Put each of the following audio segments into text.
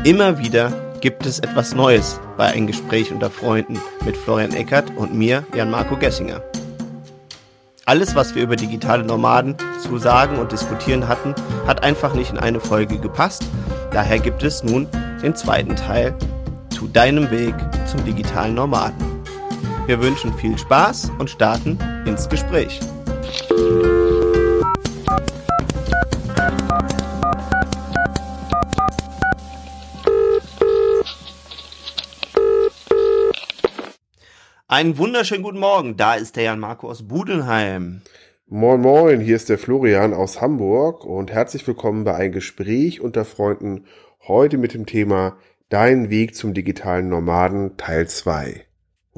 Immer wieder gibt es etwas Neues bei Ein Gespräch unter Freunden mit Florian Eckert und mir, Jan-Marco Gessinger. Alles, was wir über digitale Nomaden zu sagen und diskutieren hatten, hat einfach nicht in eine Folge gepasst. Daher gibt es nun den zweiten Teil zu deinem Weg zum digitalen Nomaden. Wir wünschen viel Spaß und starten ins Gespräch. Einen wunderschönen guten Morgen, da ist der Jan-Marco aus Budenheim. Moin moin, hier ist der Florian aus Hamburg und herzlich willkommen bei Ein Gespräch unter Freunden, heute mit dem Thema Dein Weg zum digitalen Nomaden Teil 2.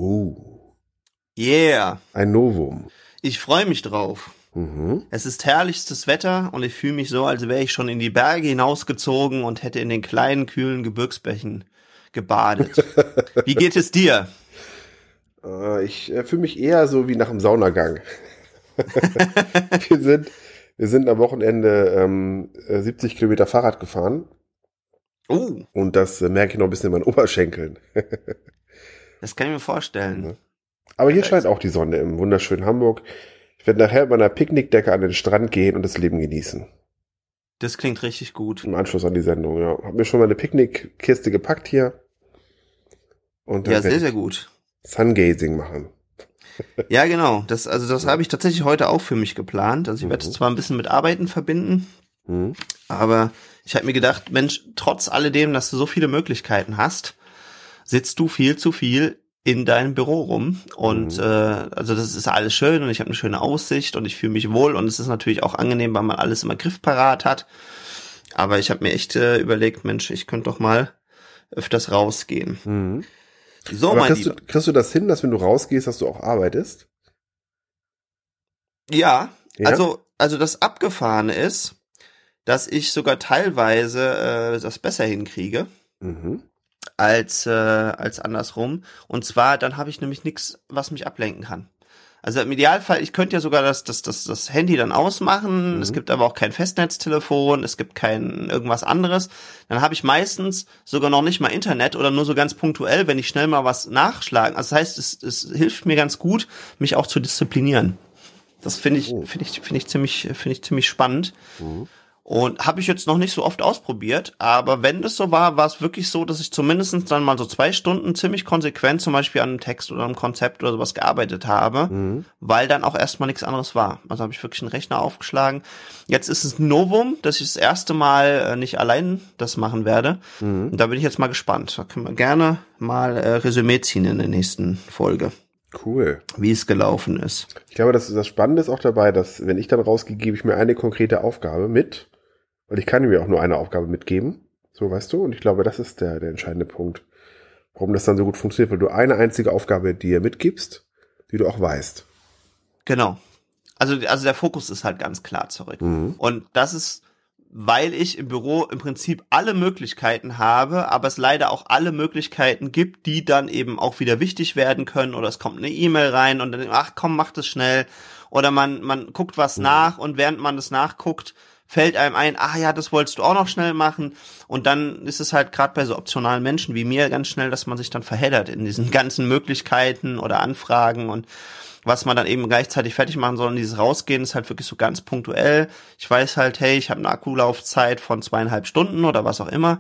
Yeah. Ein Novum. Ich freue mich drauf. Es ist herrlichstes Wetter und ich fühle mich so, als wäre ich schon in die Berge hinausgezogen und hätte in den kleinen, kühlen Gebirgsbächen gebadet. Wie geht es dir? Ich fühle mich eher so wie nach einem Saunagang. Wir sind am Wochenende 70 Kilometer Fahrrad gefahren. Und das merke ich noch ein bisschen in meinen Oberschenkeln. Das kann ich mir vorstellen. Aber hier scheint auch die Sonne im wunderschönen Hamburg. Ich werde nachher mit meiner Picknickdecke an den Strand gehen und das Leben genießen. Das klingt richtig gut. Im Anschluss an die Sendung, ja. Hab mir schon meine Picknickkiste gepackt hier. Und dann ja, sehr, sehr gut. Sungazing machen. Ja, genau. Das habe ich tatsächlich heute auch für mich geplant. Also ich werde es zwar ein bisschen mit Arbeiten verbinden, aber ich habe mir gedacht, Mensch, trotz alledem, dass du so viele Möglichkeiten hast, sitzt du viel zu viel in deinem Büro rum. Und also das ist alles schön und ich habe eine schöne Aussicht und ich fühle mich wohl und es ist natürlich auch angenehm, weil man alles immer griffparat hat. Aber ich habe mir echt überlegt, Mensch, ich könnte doch mal öfters rausgehen. So, aber mein Lieber. Kriegst du das hin, dass wenn du rausgehst, dass du auch arbeitest? Ja? Also das Abgefahrene ist, dass ich sogar teilweise das besser hinkriege als andersrum. Und zwar, dann habe ich nämlich nichts, was mich ablenken kann. Also im Idealfall, ich könnte ja sogar das Handy dann ausmachen, es gibt aber auch kein Festnetztelefon, es gibt kein irgendwas anderes. Dann habe ich meistens sogar noch nicht mal Internet oder nur so ganz punktuell, wenn ich schnell mal was nachschlagen. Also das heißt, es hilft mir ganz gut, mich auch zu disziplinieren. Das finde ich ziemlich spannend. Und habe ich jetzt noch nicht so oft ausprobiert, aber wenn das so war, war es wirklich so, dass ich zumindest dann mal so 2 Stunden ziemlich konsequent zum Beispiel an einem Text oder einem Konzept oder sowas gearbeitet habe, weil dann auch erstmal nichts anderes war. Also habe ich wirklich einen Rechner aufgeschlagen. Jetzt ist es ein Novum, dass ich das erste Mal nicht allein das machen werde. Und da bin ich jetzt mal gespannt. Da können wir gerne mal Resümee ziehen in der nächsten Folge. Cool. Wie es gelaufen ist. Ich glaube, das Spannende ist auch dabei, dass wenn ich dann rausgehe, gebe ich mir eine konkrete Aufgabe mit. Weil ich kann mir auch nur eine Aufgabe mitgeben. So, weißt du? Und ich glaube, das ist der entscheidende Punkt, warum das dann so gut funktioniert, weil du eine einzige Aufgabe dir mitgibst, die du auch weißt. Genau. Also der Fokus ist halt ganz klar zurück. Und das ist, weil ich im Büro im Prinzip alle Möglichkeiten habe, aber es leider auch alle Möglichkeiten gibt, die dann eben auch wieder wichtig werden können, oder es kommt eine E-Mail rein und dann, ach komm, mach das schnell, oder man guckt was nach und während man das nachguckt, fällt einem ein, ah ja, das wolltest du auch noch schnell machen, und dann ist es halt gerade bei so optionalen Menschen wie mir ganz schnell, dass man sich dann verheddert in diesen ganzen Möglichkeiten oder Anfragen und was man dann eben gleichzeitig fertig machen soll. Und dieses Rausgehen ist halt wirklich so ganz punktuell. Ich weiß halt, hey, ich habe eine Akkulaufzeit von 2,5 Stunden oder was auch immer.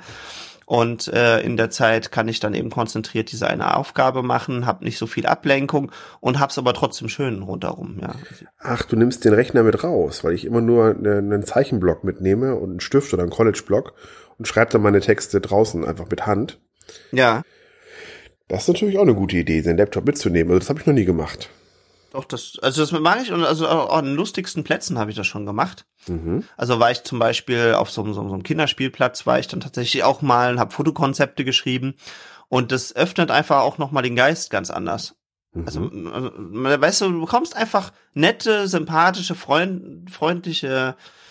Und in der Zeit kann ich dann eben konzentriert diese eine Aufgabe machen, habe nicht so viel Ablenkung und hab's aber trotzdem schön rundherum. Ja. Ach, du nimmst den Rechner mit raus, weil ich immer nur einen Zeichenblock mitnehme und einen Stift oder einen College-Block und schreibe dann meine Texte draußen einfach mit Hand. Ja. Das ist natürlich auch eine gute Idee, den Laptop mitzunehmen. Also das habe ich noch nie gemacht. Doch, das mag ich, und also auch an den lustigsten Plätzen habe ich das schon gemacht. Also war ich zum Beispiel auf so einem Kinderspielplatz, war ich dann tatsächlich auch mal und habe Fotokonzepte geschrieben, und das öffnet einfach auch nochmal den Geist ganz anders. Also weißt du bekommst einfach nette, sympathische, freundliche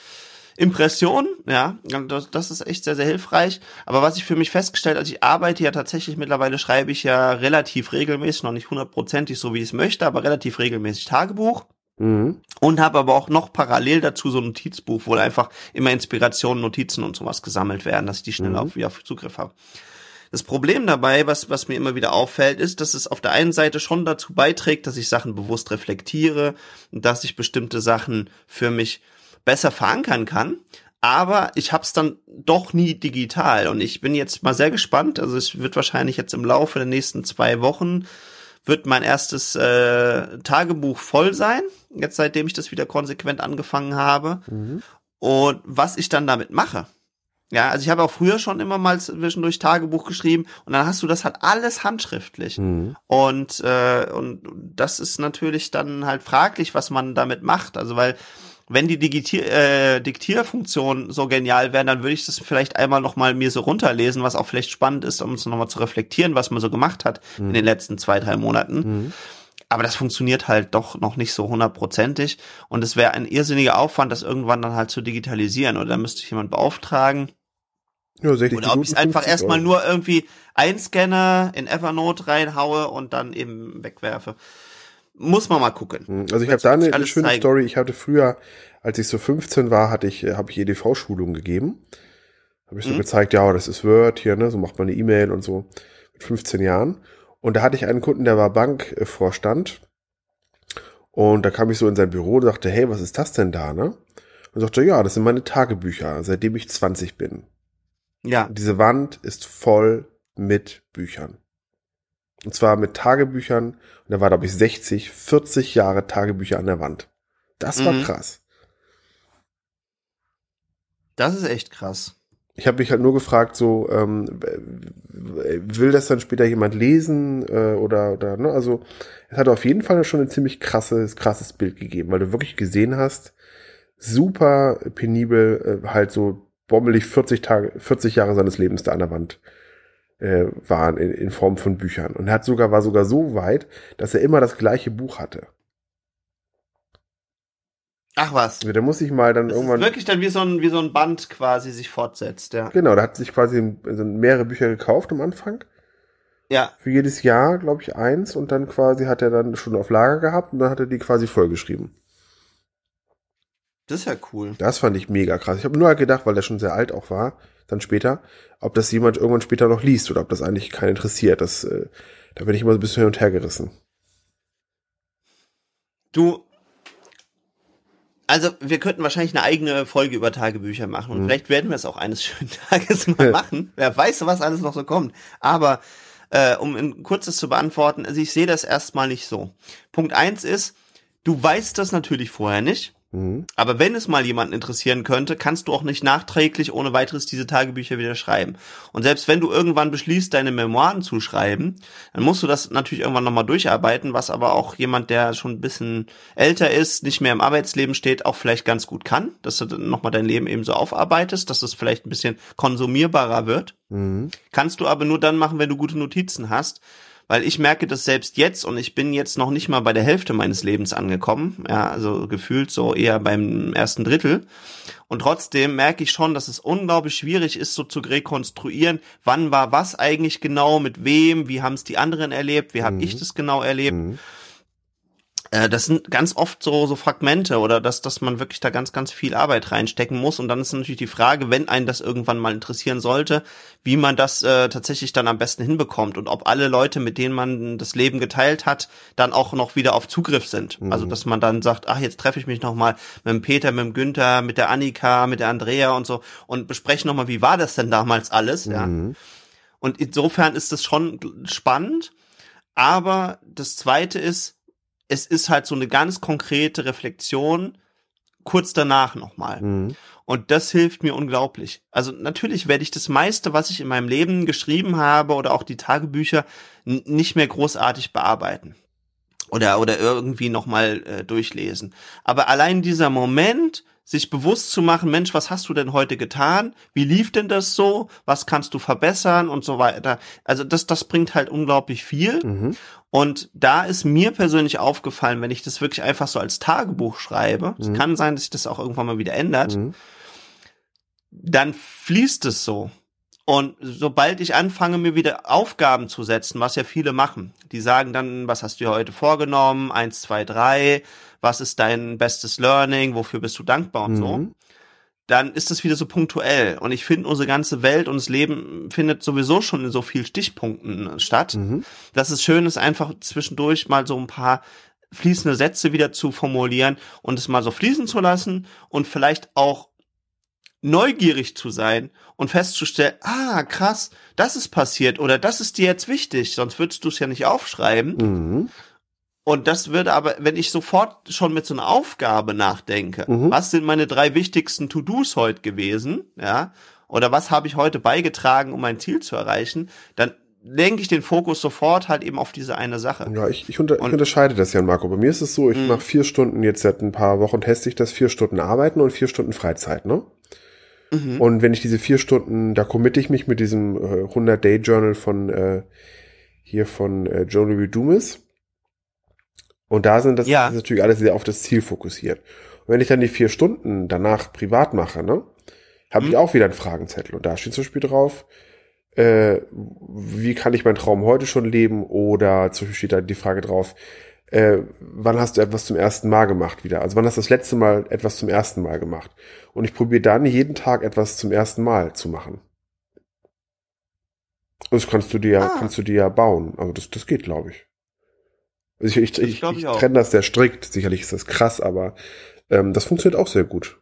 Impression, ja, das ist echt sehr, sehr hilfreich. Aber was ich für mich festgestellt, also ich arbeite ja tatsächlich, mittlerweile schreibe ich ja relativ regelmäßig, noch nicht 100%ig so wie ich es möchte, aber relativ regelmäßig Tagebuch. Und habe aber auch noch parallel dazu so ein Notizbuch, wo einfach immer Inspirationen, Notizen und sowas gesammelt werden, dass ich die schnell wieder auf Zugriff habe. Das Problem dabei, was mir immer wieder auffällt, ist, dass es auf der einen Seite schon dazu beiträgt, dass ich Sachen bewusst reflektiere und dass ich bestimmte Sachen für mich besser verankern kann. Aber ich hab's dann doch nie digital. Und ich bin jetzt mal sehr gespannt. Also es wird wahrscheinlich jetzt im Laufe der nächsten 2 Wochen wird mein erstes Tagebuch voll sein. Jetzt seitdem ich das wieder konsequent angefangen habe. Und was ich dann damit mache. Ja, also ich habe auch früher schon immer mal zwischendurch Tagebuch geschrieben und dann hast du das halt alles handschriftlich. Und das ist natürlich dann halt fraglich, was man damit macht. Also weil wenn die Diktierfunktion so genial wäre, dann würde ich das vielleicht einmal nochmal mir so runterlesen, was auch vielleicht spannend ist, um es nochmal zu reflektieren, was man so gemacht hat in den letzten 2-3 Monaten. Aber das funktioniert halt doch noch nicht so 100%ig und es wäre ein irrsinniger Aufwand, das irgendwann dann halt zu digitalisieren oder da müsste ich jemanden beauftragen. Ja, 60 oder ob ich es einfach erstmal nur irgendwie einscanne, in Evernote reinhaue und dann eben wegwerfe. Muss man mal gucken. Also ich habe da eine schöne Story. Ich hatte früher, als ich so 15 war, habe ich EDV-Schulungen gegeben. Habe ich so gezeigt, ja, das ist Word hier, ne, so macht man eine E-Mail und so mit 15 Jahren. Und da hatte ich einen Kunden, der war Bankvorstand. Und da kam ich so in sein Büro und sagte, hey, was ist das denn da, ne? Und sagte, ja, das sind meine Tagebücher, seitdem ich 20 bin. Ja. Und diese Wand ist voll mit Büchern. Und zwar mit Tagebüchern. Und da war, glaube ich, 40 Jahre Tagebücher an der Wand. Das war krass. Das ist echt krass. Ich habe mich halt nur gefragt, so, will das dann später jemand lesen oder ne? Also es hat auf jeden Fall schon ein ziemlich krasses Bild gegeben, weil du wirklich gesehen hast, super penibel, halt so bommelig 40 Jahre seines Lebens da an der Wand waren in Form von Büchern. Und war sogar so weit, dass er immer das gleiche Buch hatte. Ach was. Da muss ich mal dann das irgendwann. Ist wirklich dann wie so ein Band quasi sich fortsetzt, ja. Genau, da hat sich quasi mehrere Bücher gekauft am Anfang. Ja. Für jedes Jahr, glaube ich, 1 und dann quasi hat er dann schon auf Lager gehabt und dann hat er die quasi vollgeschrieben. Das ist ja cool. Das fand ich mega krass. Ich habe nur halt gedacht, weil der schon sehr alt auch war, dann später, ob das jemand irgendwann später noch liest oder ob das eigentlich keinen interessiert. Da bin ich immer so ein bisschen hin und her gerissen. Also wir könnten wahrscheinlich eine eigene Folge über Tagebücher machen und vielleicht werden wir es auch eines schönen Tages mal machen. Wer weiß, was alles noch so kommt. Aber um ein kurzes zu beantworten, also ich sehe das erstmal nicht so. Punkt 1 ist, du weißt das natürlich vorher nicht. Aber wenn es mal jemanden interessieren könnte, kannst du auch nicht nachträglich ohne weiteres diese Tagebücher wieder schreiben. Und selbst wenn du irgendwann beschließt, deine Memoiren zu schreiben, dann musst du das natürlich irgendwann nochmal durcharbeiten, was aber auch jemand, der schon ein bisschen älter ist, nicht mehr im Arbeitsleben steht, auch vielleicht ganz gut kann, dass du dann nochmal dein Leben eben so aufarbeitest, dass es vielleicht ein bisschen konsumierbarer wird. Kannst du aber nur dann machen, wenn du gute Notizen hast. Weil ich merke das selbst jetzt und ich bin jetzt noch nicht mal bei der Hälfte meines Lebens angekommen, ja, also gefühlt so eher beim ersten Drittel. Und trotzdem merke ich schon, dass es unglaublich schwierig ist, so zu rekonstruieren, wann war was eigentlich genau, mit wem, wie haben es die anderen erlebt, wie habe ich das genau erlebt. Das sind ganz oft so Fragmente oder dass man wirklich da ganz, ganz viel Arbeit reinstecken muss. Und dann ist natürlich die Frage, wenn einen das irgendwann mal interessieren sollte, wie man das tatsächlich dann am besten hinbekommt und ob alle Leute, mit denen man das Leben geteilt hat, dann auch noch wieder auf Zugriff sind. Also dass man dann sagt, ach, jetzt treffe ich mich nochmal mit dem Peter, mit dem Günther, mit der Annika, mit der Andrea und so und bespreche nochmal, wie war das denn damals alles, ja. Und insofern ist das schon spannend. Aber das Zweite ist, es ist halt so eine ganz konkrete Reflexion kurz danach nochmal. Und das hilft mir unglaublich. Also natürlich werde ich das meiste, was ich in meinem Leben geschrieben habe oder auch die Tagebücher nicht mehr großartig bearbeiten. Oder irgendwie nochmal durchlesen. Aber allein dieser Moment, sich bewusst zu machen, Mensch, was hast du denn heute getan? Wie lief denn das so? Was kannst du verbessern und so weiter? Also das bringt halt unglaublich viel. Und da ist mir persönlich aufgefallen, wenn ich das wirklich einfach so als Tagebuch schreibe, es kann sein, dass sich das auch irgendwann mal wieder ändert, dann fließt es so. Und sobald ich anfange, mir wieder Aufgaben zu setzen, was ja viele machen, die sagen dann, was hast du dir heute vorgenommen, 1, 2, 3, was ist dein bestes Learning, wofür bist du dankbar und so, dann ist das wieder so punktuell. Und ich finde, unsere ganze Welt und das Leben findet sowieso schon in so vielen Stichpunkten statt, dass es schön ist, einfach zwischendurch mal so ein paar fließende Sätze wieder zu formulieren und es mal so fließen zu lassen und vielleicht auch neugierig zu sein und festzustellen, krass, das ist passiert oder das ist dir jetzt wichtig, sonst würdest du es ja nicht aufschreiben. Und das würde aber, wenn ich sofort schon mit so einer Aufgabe nachdenke, was sind meine 3 wichtigsten To-Dos heute gewesen, ja, oder was habe ich heute beigetragen, um mein Ziel zu erreichen, dann lenke ich den Fokus sofort halt eben auf diese eine Sache. Ja, ich unterscheide das ja, Marco. Bei mir ist es so, ich mache 4 Stunden, jetzt seit ein paar Wochen teste ich das, 4 Stunden Arbeiten und 4 Stunden Freizeit, ne? Und wenn ich diese 4 Stunden, da committe ich mich mit diesem 100-Day-Journal von Joe Louis Dumas. Und da sind das ist natürlich alles sehr auf das Ziel fokussiert. Und wenn ich dann die 4 Stunden danach privat mache, ne, habe ich auch wieder einen Fragenzettel. Und da steht zum Beispiel drauf, wie kann ich meinen Traum heute schon leben? Oder zum Beispiel steht da die Frage drauf, wann hast du etwas zum ersten Mal gemacht wieder? Also wann hast du das letzte Mal etwas zum ersten Mal gemacht? Und ich probiere dann jeden Tag etwas zum ersten Mal zu machen. Und das kannst du dir ja bauen. Also das geht, glaube ich. Also ich trenne das sehr strikt. Sicherlich ist das krass, aber das funktioniert auch sehr gut.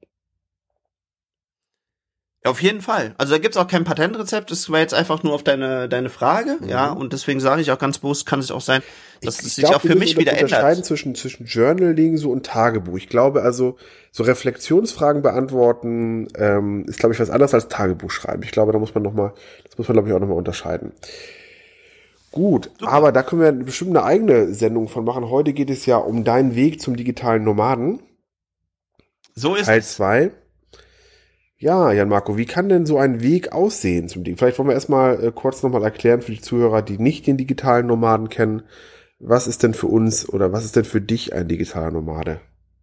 Auf jeden Fall. Also da gibt's auch kein Patentrezept, das war jetzt einfach nur auf deine Frage, ja, und deswegen sage ich auch ganz bewusst, kann es auch sein, dass es sich auch für mich wieder ändert. Unterscheiden zwischen Journaling so und Tagebuch. Ich glaube also, so Reflexionsfragen beantworten ist, glaube ich, was anderes als Tagebuch schreiben. Ich glaube, das muss man, glaube ich, auch nochmal unterscheiden. Gut, super. Aber da können wir bestimmt eine eigene Sendung von machen. Heute geht es ja um deinen Weg zum digitalen Nomaden. So ist Teil 2. Ja, Jan-Marco, wie kann denn so ein Weg aussehen zum Ding? Vielleicht wollen wir erstmal kurz nochmal erklären für die Zuhörer, die nicht den digitalen Nomaden kennen. Was ist denn für uns oder was ist denn für dich ein digitaler Nomade?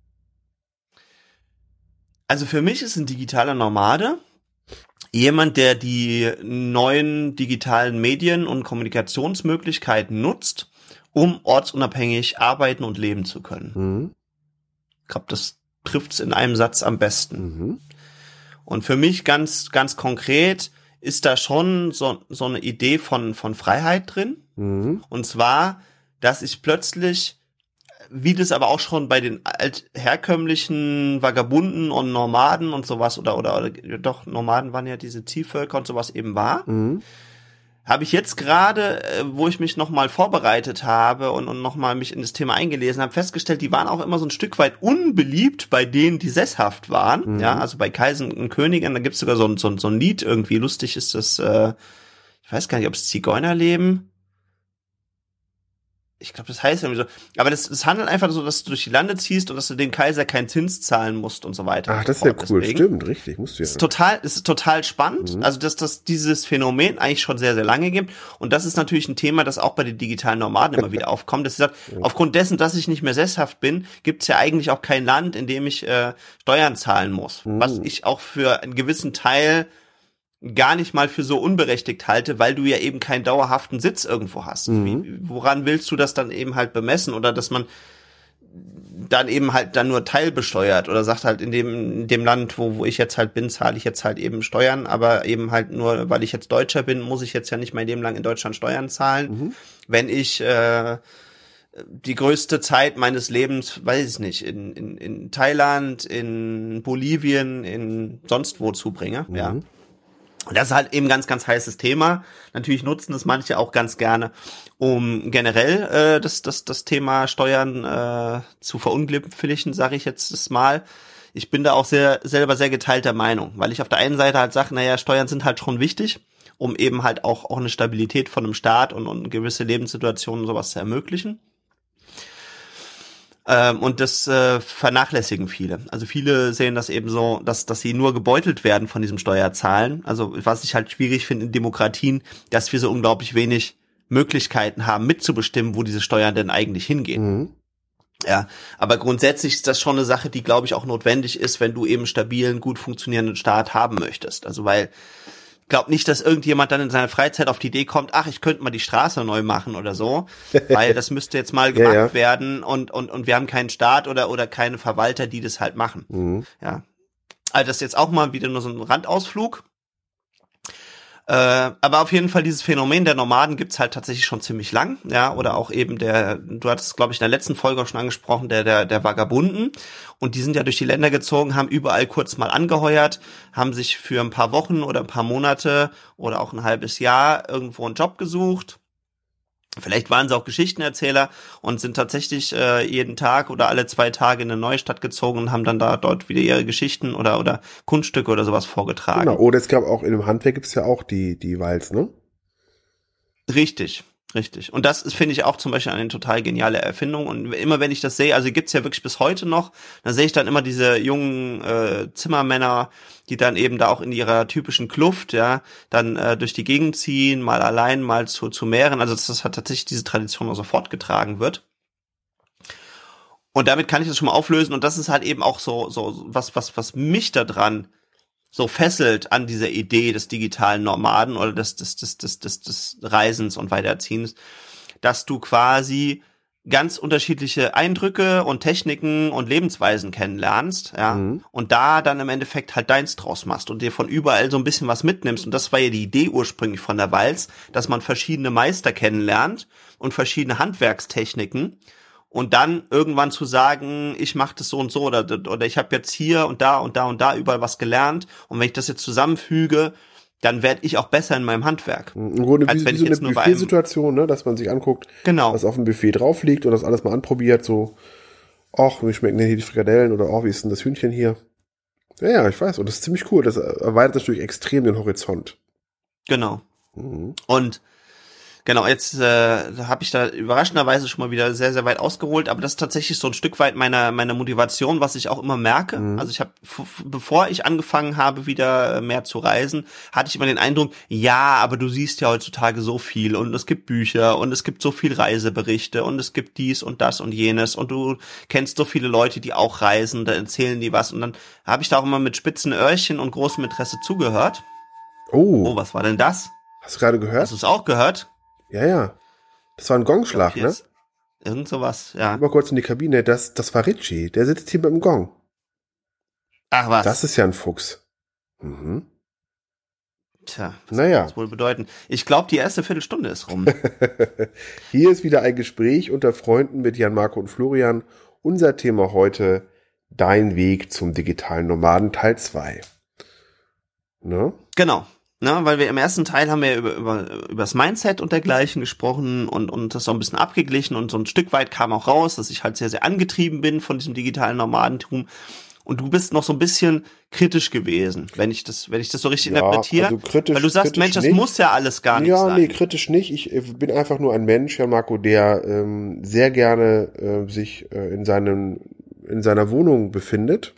Also für mich ist ein digitaler Nomade jemand, der die neuen digitalen Medien und Kommunikationsmöglichkeiten nutzt, um ortsunabhängig arbeiten und leben zu können. Ich glaube, das trifft's in einem Satz am besten. Und für mich ganz, ganz konkret ist da schon so eine Idee von Freiheit drin. Und zwar, dass ich plötzlich, wie das aber auch schon bei den herkömmlichen Vagabunden und Nomaden und sowas oder doch, Nomaden waren ja diese Ziehvölker und sowas eben war, habe ich jetzt gerade, wo ich mich nochmal vorbereitet habe und nochmal mich in das Thema eingelesen habe, festgestellt, die waren auch immer so ein Stück weit unbeliebt bei denen, die sesshaft waren. Ja, also bei Kaisern und Königen, da gibt's sogar so ein Lied irgendwie, lustig ist das, ich weiß gar nicht, ob es Zigeunerleben. Ich glaube, das heißt irgendwie so. Aber das handelt einfach so, dass du durch die Lande ziehst und dass du dem Kaiser keinen Zins zahlen musst und so weiter. Ach, das ist ja cool. Deswegen. Stimmt, richtig. Musst du ja. Das ist total spannend. Also, dass dieses Phänomen eigentlich schon sehr, sehr lange gibt. Und das ist natürlich ein Thema, das auch bei den digitalen Nomaden immer wieder aufkommt. Das ist aufgrund dessen, dass ich nicht mehr sesshaft bin, gibt es ja eigentlich auch kein Land, in dem ich Steuern zahlen muss. Was ich auch für einen gewissen Teil gar nicht mal für so unberechtigt halte, weil du ja eben keinen dauerhaften Sitz irgendwo hast. Woran willst du das dann eben halt bemessen oder dass man dann eben halt dann nur teilbesteuert oder sagt halt in dem Land, wo ich jetzt halt bin, zahle ich jetzt halt eben Steuern, aber eben halt nur, weil ich jetzt Deutscher bin, muss ich jetzt ja nicht mein Leben lang in Deutschland Steuern zahlen. Wenn ich die größte Zeit meines Lebens, weiß ich nicht, in Thailand, in Bolivien, in sonst wo zubringe, ja. Und das ist halt eben ganz, ganz heißes Thema. Natürlich nutzen das manche auch ganz gerne, um generell das Thema Steuern zu verunglimpflichen, sage ich jetzt das mal. Ich bin da auch selber sehr geteilter Meinung, weil ich auf der einen Seite halt sage, naja, Steuern sind halt schon wichtig, um eben halt auch eine Stabilität von einem Staat und gewisse Lebenssituationen und sowas zu ermöglichen. Und das vernachlässigen viele. Also viele sehen das eben so, dass sie nur gebeutelt werden von diesem Steuerzahlen. Also was ich halt schwierig finde in Demokratien, dass wir so unglaublich wenig Möglichkeiten haben, mitzubestimmen, wo diese Steuern denn eigentlich hingehen. Ja, aber grundsätzlich ist das schon eine Sache, die, glaube ich, auch notwendig ist, wenn du eben stabilen, gut funktionierenden Staat haben möchtest. Also weil glaub nicht, dass irgendjemand dann in seiner Freizeit auf die Idee kommt, ach, ich könnte mal die Straße neu machen oder so, weil das müsste jetzt mal gemacht werden und wir haben keinen Staat oder keine Verwalter, die das halt machen. Mhm. Ja. Also das ist jetzt auch mal wieder nur so ein Randausflug. Aber auf jeden Fall dieses Phänomen der Nomaden gibt's halt tatsächlich schon ziemlich lang, ja, oder auch eben du hattest, glaube ich, in der letzten Folge auch schon angesprochen, der Vagabunden, und die sind ja durch die Länder gezogen, haben überall kurz mal angeheuert, haben sich für ein paar Wochen oder ein paar Monate oder auch ein halbes Jahr irgendwo einen Job gesucht. Vielleicht waren sie auch Geschichtenerzähler und sind tatsächlich jeden Tag oder alle 2 Tage in eine neue Stadt gezogen und haben dann dort wieder ihre Geschichten oder Kunststücke oder sowas vorgetragen. Genau, oder es gab auch, in dem Handwerk gibt's ja auch die Walz, ne? Richtig. Und das ist, finde ich, auch zum Beispiel eine total geniale Erfindung. Und immer wenn ich das sehe, also gibt's ja wirklich bis heute noch, dann sehe ich dann immer diese jungen Zimmermänner, die dann eben da auch in ihrer typischen Kluft, ja, dann durch die Gegend ziehen, mal allein, mal zu mehreren. Also das hat tatsächlich diese Tradition auch so fortgetragen wird. Und damit kann ich das schon mal auflösen. Und das ist halt eben auch so was mich da dran so fesselt an dieser Idee des digitalen Nomaden oder des Reisens und Weiterziehens, dass du quasi ganz unterschiedliche Eindrücke und Techniken und Lebensweisen kennenlernst, ja, und da dann im Endeffekt halt deins draus machst und dir von überall so ein bisschen was mitnimmst. Und das war ja die Idee ursprünglich von der Walz, dass man verschiedene Meister kennenlernt und verschiedene Handwerkstechniken. Und dann irgendwann zu sagen, ich mache das so und so oder ich habe jetzt hier und da und da und da überall was gelernt und wenn ich das jetzt zusammenfüge, dann werde ich auch besser in meinem Handwerk. Im Grunde als wenn wie so ich jetzt eine nur Buffet-Situation, ne, dass man sich anguckt, was auf dem Buffet drauf liegt und das alles mal anprobiert, so, ach, wie schmecken denn hier die Frikadellen oder wie ist denn das Hühnchen hier? Ja, ich weiß, und das ist ziemlich cool, das erweitert natürlich extrem den Horizont. Genau. Und genau, jetzt habe ich da überraschenderweise schon mal wieder sehr, sehr weit ausgeholt, aber das ist tatsächlich so ein Stück weit meiner Motivation, was ich auch immer merke. Also ich habe, bevor ich angefangen habe, wieder mehr zu reisen, hatte ich immer den Eindruck, ja, aber du siehst ja heutzutage so viel und es gibt Bücher und es gibt so viel Reiseberichte und es gibt dies und das und jenes und du kennst so viele Leute, die auch reisen, da erzählen die was und dann habe ich da auch immer mit spitzen Öhrchen und großem Interesse zugehört. Oh, was war denn das? Hast du gerade gehört? Hast du es auch gehört? Ja. Das war ein Gongschlag, ne? Irgend sowas, ja. Mal kurz in die Kabine. Das war Richie. Der sitzt hier beim Gong. Ach was. Das ist ja ein Fuchs. Tja, was soll das wohl bedeuten? Ich glaube, die erste Viertelstunde ist rum. Hier ist wieder ein Gespräch unter Freunden mit Jan, Marco und Florian. Unser Thema heute, dein Weg zum digitalen Nomaden, Teil 2. Ne? Genau. Na, weil wir im ersten Teil haben wir über das Mindset und dergleichen gesprochen und das so ein bisschen abgeglichen und so ein Stück weit kam auch raus, dass ich halt sehr, sehr angetrieben bin von diesem digitalen Nomadentum. Und du bist noch so ein bisschen kritisch gewesen, wenn ich das so richtig interpretiere. Also kritisch, weil du sagst, Mensch, das muss ja alles gar nicht sein. Ja, nee, kritisch nicht. Ich bin einfach nur ein Mensch, Jan Marco, der sehr gerne sich in seiner Wohnung befindet.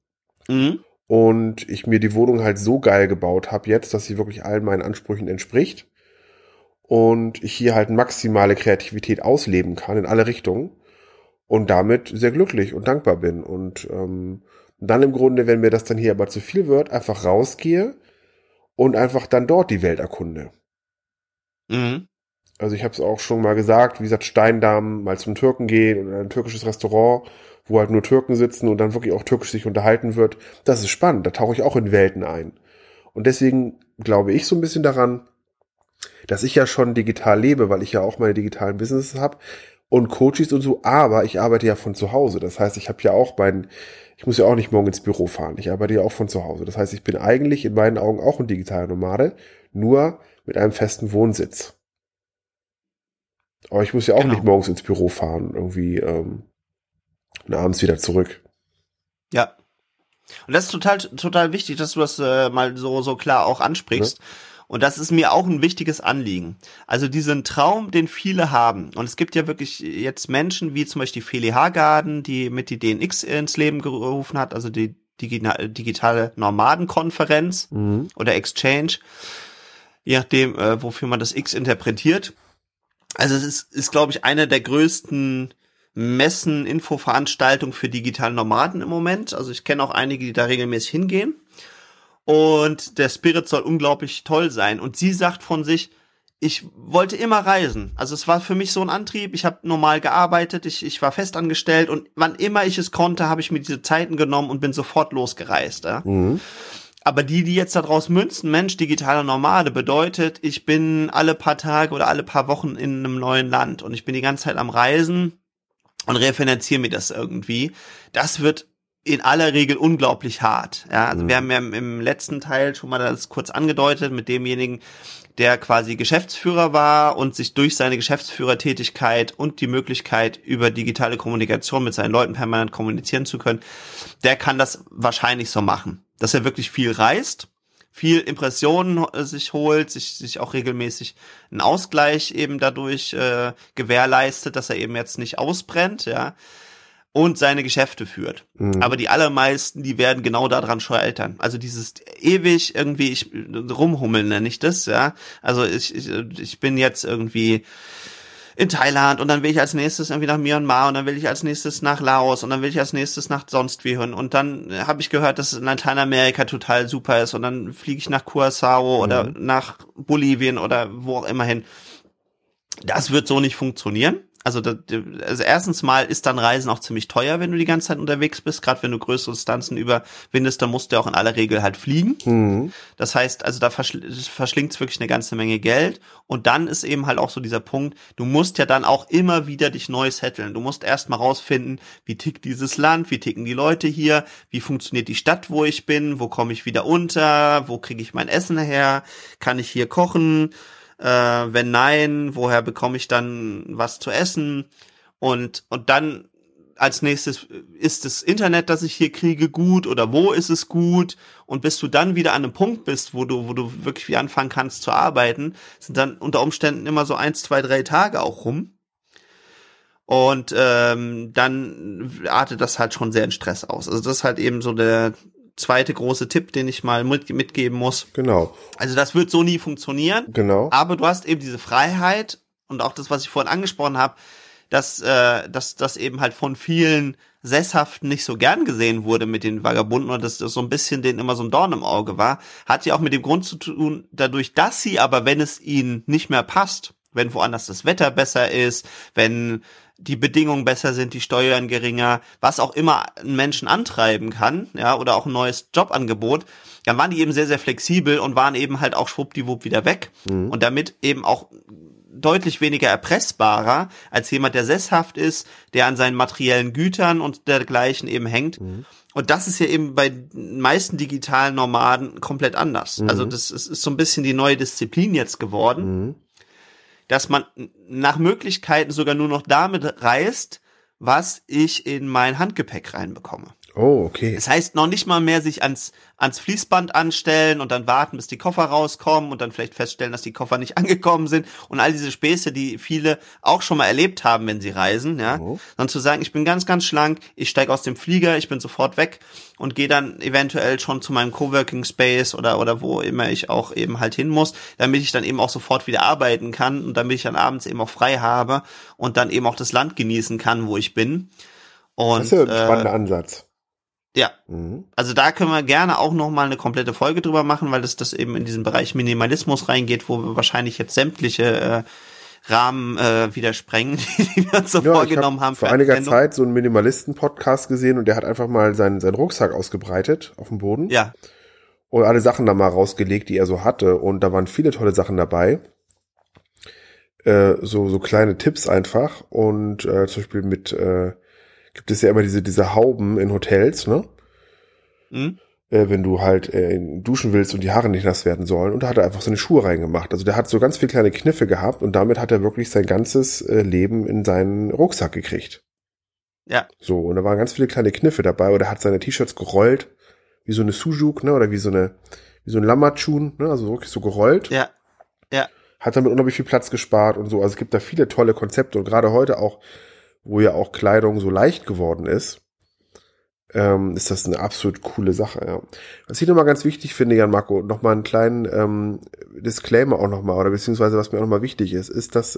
Und ich mir die Wohnung halt so geil gebaut habe jetzt, dass sie wirklich allen meinen Ansprüchen entspricht. Und ich hier halt maximale Kreativität ausleben kann in alle Richtungen. Und damit sehr glücklich und dankbar bin. Und dann im Grunde, wenn mir das dann hier aber zu viel wird, einfach rausgehe und einfach dann dort die Welt erkunde. Also ich habe es auch schon mal gesagt, wie gesagt, Steindamm, mal zum Türken gehen oder ein türkisches Restaurant, wo halt nur Türken sitzen und dann wirklich auch türkisch sich unterhalten wird. Das ist spannend, da tauche ich auch in Welten ein. Und deswegen glaube ich so ein bisschen daran, dass ich ja schon digital lebe, weil ich ja auch meine digitalen Businesses habe und Coaches und so, aber ich arbeite ja von zu Hause. Das heißt, ich habe ja auch ich muss ja auch nicht morgen ins Büro fahren. Ich arbeite ja auch von zu Hause. Das heißt, ich bin eigentlich in meinen Augen auch ein digitaler Nomade, nur mit einem festen Wohnsitz. Aber ich muss ja auch nicht morgens ins Büro fahren, irgendwie und abends wieder zurück. Ja. Und das ist total wichtig, dass du das mal so klar auch ansprichst. Ja. Und das ist mir auch ein wichtiges Anliegen. Also diesen Traum, den viele haben. Und es gibt ja wirklich jetzt Menschen, wie zum Beispiel die Feli Hagarden, die mit die DNX ins Leben gerufen hat, also die digitale Nomadenkonferenz oder Exchange, je nachdem, wofür man das X interpretiert. Also es ist, glaube ich, eine der größten Messen, Infoveranstaltungen für digitale Nomaden im Moment. Also ich kenne auch einige, die da regelmäßig hingehen. und der Spirit soll unglaublich toll sein. Und sie sagt von sich, ich wollte immer reisen. Also es war für mich so ein Antrieb. Ich habe normal gearbeitet, ich war festangestellt und wann immer ich es konnte, habe ich mir diese Zeiten genommen und bin sofort losgereist. Ja? Aber die jetzt daraus münzen, Mensch, digitaler Nomade bedeutet, ich bin alle paar Tage oder alle paar Wochen in einem neuen Land und ich bin die ganze Zeit am Reisen und refinanziere mir das irgendwie. Das wird in aller Regel unglaublich hart. Ja, also wir haben ja im letzten Teil schon mal das kurz angedeutet mit demjenigen, der quasi Geschäftsführer war und sich durch seine Geschäftsführertätigkeit und die Möglichkeit, über digitale Kommunikation mit seinen Leuten permanent kommunizieren zu können, der kann das wahrscheinlich so machen. Dass er wirklich viel reist, viel Impressionen sich holt, sich auch regelmäßig einen Ausgleich eben dadurch gewährleistet, dass er eben jetzt nicht ausbrennt, ja, und seine Geschäfte führt. Aber die allermeisten, die werden genau daran scheitern. Also dieses ewig irgendwie rumhummeln nenne ich das, ja. Also ich bin jetzt irgendwie in Thailand und dann will ich als nächstes irgendwie nach Myanmar und dann will ich als nächstes nach Laos und dann will ich als nächstes nach sonst wie hin und dann habe ich gehört, dass es in Lateinamerika total super ist und dann fliege ich nach Curaçao oder nach Bolivien oder wo auch immer hin. Das wird so nicht funktionieren. Also erstens mal ist dann Reisen auch ziemlich teuer, wenn du die ganze Zeit unterwegs bist. Gerade wenn du größere Distanzen überwindest, dann musst du auch in aller Regel halt fliegen. Das heißt, also da verschlingt es wirklich eine ganze Menge Geld. Und dann ist eben halt auch so dieser Punkt, du musst ja dann auch immer wieder dich neu setteln. Du musst erst mal rausfinden, wie tickt dieses Land, wie ticken die Leute hier, wie funktioniert die Stadt, wo ich bin, wo komme ich wieder unter, wo kriege ich mein Essen her, kann ich hier kochen? Wenn nein, woher bekomme ich dann was zu essen? Und dann als nächstes, ist das Internet, das ich hier kriege, gut oder wo ist es gut? Und bis du dann wieder an einem Punkt bist, wo du wirklich wie anfangen kannst zu arbeiten, sind dann unter Umständen immer so 1, 2, 3 Tage auch rum. Und dann artet das halt schon sehr in Stress aus. Also das ist halt eben so der zweite große Tipp, den ich mal mitgeben muss. Genau. Also das wird so nie funktionieren. Genau. Aber du hast eben diese Freiheit und auch das, was ich vorhin angesprochen habe, dass das eben halt von vielen Sesshaften nicht so gern gesehen wurde mit den Vagabunden und dass das so ein bisschen denen immer so ein Dorn im Auge war, hat ja auch mit dem Grund zu tun, dadurch, dass sie aber, wenn es ihnen nicht mehr passt, wenn woanders das Wetter besser ist, wenn die Bedingungen besser sind, die Steuern geringer, was auch immer einen Menschen antreiben kann, ja, oder auch ein neues Jobangebot, dann waren die eben sehr, sehr flexibel und waren eben halt auch schwuppdiwupp wieder weg und damit eben auch deutlich weniger erpressbarer als jemand, der sesshaft ist, der an seinen materiellen Gütern und dergleichen eben hängt. Und das ist ja eben bei den meisten digitalen Nomaden komplett anders. Also das ist so ein bisschen die neue Disziplin jetzt geworden, dass man nach Möglichkeiten sogar nur noch damit reist, was ich in mein Handgepäck reinbekomme. Oh, okay. Das heißt noch nicht mal mehr sich ans Fließband anstellen und dann warten, bis die Koffer rauskommen und dann vielleicht feststellen, dass die Koffer nicht angekommen sind und all diese Späße, die viele auch schon mal erlebt haben, wenn sie reisen, ja. Sondern zu sagen, ich bin ganz, ganz schlank, ich steige aus dem Flieger, ich bin sofort weg und gehe dann eventuell schon zu meinem Coworking Space oder wo immer ich auch eben halt hin muss, damit ich dann eben auch sofort wieder arbeiten kann und damit ich dann abends eben auch frei habe und dann eben auch das Land genießen kann, wo ich bin. Und, das ist ja ein spannender Ansatz. Ja, also da können wir gerne auch nochmal eine komplette Folge drüber machen, weil das eben in diesen Bereich Minimalismus reingeht, wo wir wahrscheinlich jetzt sämtliche Rahmen wieder sprengen, die wir uns so vorgenommen haben. Ich habe vor einiger Zeit so einen Minimalisten-Podcast gesehen und der hat einfach mal seinen Rucksack ausgebreitet auf dem Boden. Ja. Und alle Sachen da mal rausgelegt, die er so hatte. Und da waren viele tolle Sachen dabei. So kleine Tipps einfach. Und zum Beispiel gibt es ja immer diese Hauben in Hotels, ne? Wenn du halt duschen willst und die Haare nicht nass werden sollen. Und da hat er einfach seine Schuhe reingemacht. Also der hat so ganz viele kleine Kniffe gehabt und damit hat er wirklich sein ganzes Leben in seinen Rucksack gekriegt. Ja. So, und da waren ganz viele kleine Kniffe dabei. Oder er hat seine T-Shirts gerollt, wie so eine Sujuk, ne? Oder wie so ein Lamachun, ne? Also wirklich so gerollt. Ja. Ja. Hat damit unglaublich viel Platz gespart und so. Also es gibt da viele tolle Konzepte und gerade heute auch, wo ja auch Kleidung so leicht geworden ist das eine absolut coole Sache, ja. Was ich nochmal ganz wichtig finde, Jan Marco, nochmal einen kleinen Disclaimer auch nochmal, oder beziehungsweise was mir auch nochmal wichtig ist, dass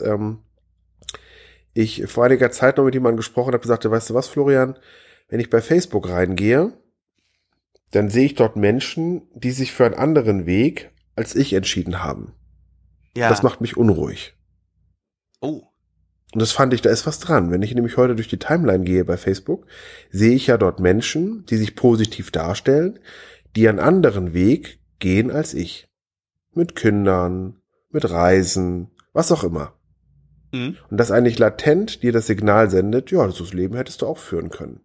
ich vor einiger Zeit noch mit jemandem gesprochen habe, gesagt, weißt du was, Florian, wenn ich bei Facebook reingehe, dann sehe ich dort Menschen, die sich für einen anderen Weg als ich entschieden haben. Ja. Das macht mich unruhig. Oh. Und das fand ich, da ist was dran. Wenn ich nämlich heute durch die Timeline gehe bei Facebook, sehe ich ja dort Menschen, die sich positiv darstellen, die einen anderen Weg gehen als ich. Mit Kindern, mit Reisen, was auch immer. Mhm. Und das eigentlich latent dir das Signal sendet, ja, das Leben hättest du auch führen können.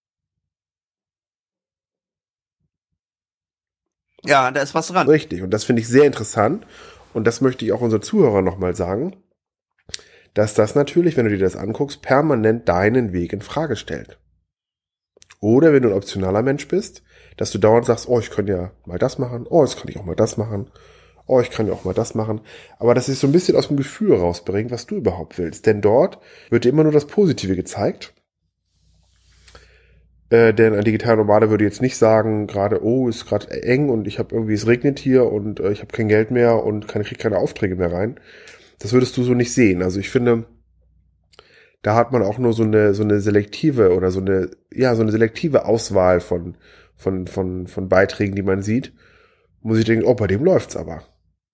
Ja, da ist was dran. Richtig, und das finde ich sehr interessant. Und das möchte ich auch unseren Zuhörern nochmal sagen, dass das natürlich, wenn du dir das anguckst, permanent deinen Weg in Frage stellt. Oder wenn du ein optionaler Mensch bist, dass du dauernd sagst, oh, ich kann ja mal das machen, oh, jetzt kann ich auch mal das machen, oh, ich kann ja auch mal das machen. Aber das ist so ein bisschen aus dem Gefühl rausbringt, was du überhaupt willst. Denn dort wird dir immer nur das Positive gezeigt. Denn ein digitaler Nomade würde jetzt nicht sagen, gerade, oh, ist gerade eng und ich habe irgendwie, es regnet hier und ich habe kein Geld mehr und kriege keine Aufträge mehr rein. Das würdest du so nicht sehen. Also ich finde, da hat man auch nur so eine selektive oder so eine selektive Auswahl von Beiträgen, die man sieht. Muss ich denken, oh, bei dem läuft's aber.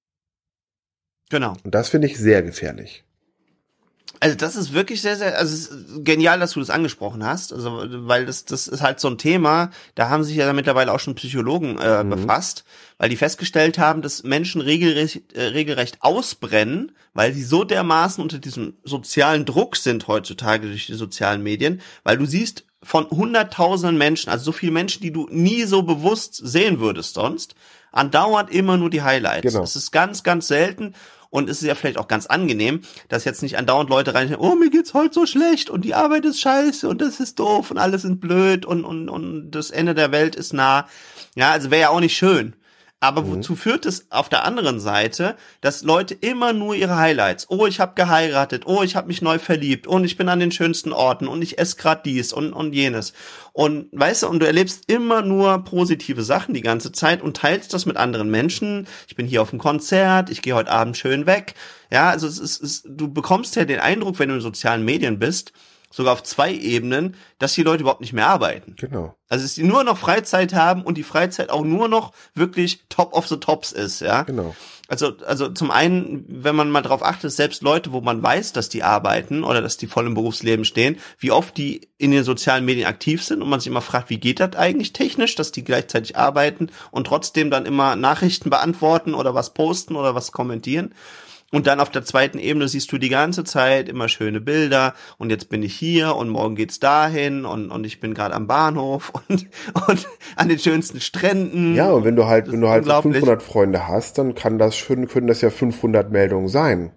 Genau. Und das finde ich sehr gefährlich. Also das ist wirklich sehr, sehr, also es ist genial, dass du das angesprochen hast, also weil das ist halt so ein Thema, da haben sich ja mittlerweile auch schon Psychologen befasst, weil die festgestellt haben, dass Menschen regelrecht ausbrennen, weil sie so dermaßen unter diesem sozialen Druck sind heutzutage durch die sozialen Medien, weil du siehst von hunderttausenden Menschen, also so viele Menschen, die du nie so bewusst sehen würdest sonst, andauernd immer nur die Highlights. Genau. Es ist ganz, ganz selten. Und es ist ja vielleicht auch ganz angenehm, dass jetzt nicht andauernd Leute reinstellen, oh, mir geht's heute so schlecht und die Arbeit ist scheiße und das ist doof und alle sind blöd und das Ende der Welt ist nah. Ja, also wäre ja auch nicht schön. Aber wozu führt es auf der anderen Seite, dass Leute immer nur ihre Highlights, oh, ich habe geheiratet, oh, ich habe mich neu verliebt und ich bin an den schönsten Orten und ich esse gerade dies und jenes. Und weißt du, und du erlebst immer nur positive Sachen die ganze Zeit und teilst das mit anderen Menschen. Ich bin hier auf dem Konzert, ich gehe heute Abend schön weg. Ja, also du bekommst ja den Eindruck, wenn du in sozialen Medien bist, sogar auf 2 Ebenen, dass die Leute überhaupt nicht mehr arbeiten. Genau. Also dass die nur noch Freizeit haben und die Freizeit auch nur noch wirklich top of the tops ist, ja. Genau. Also zum einen, wenn man mal drauf achtet, selbst Leute, wo man weiß, dass die arbeiten oder dass die voll im Berufsleben stehen, wie oft die in den sozialen Medien aktiv sind und man sich immer fragt, wie geht das eigentlich technisch, dass die gleichzeitig arbeiten und trotzdem dann immer Nachrichten beantworten oder was posten oder was kommentieren. Und dann auf der zweiten Ebene siehst du die ganze Zeit immer schöne Bilder und jetzt bin ich hier und morgen geht's dahin und ich bin gerade am Bahnhof und an den schönsten Stränden. Ja, und wenn du halt 500 Freunde hast, dann können das ja 500 Meldungen sein.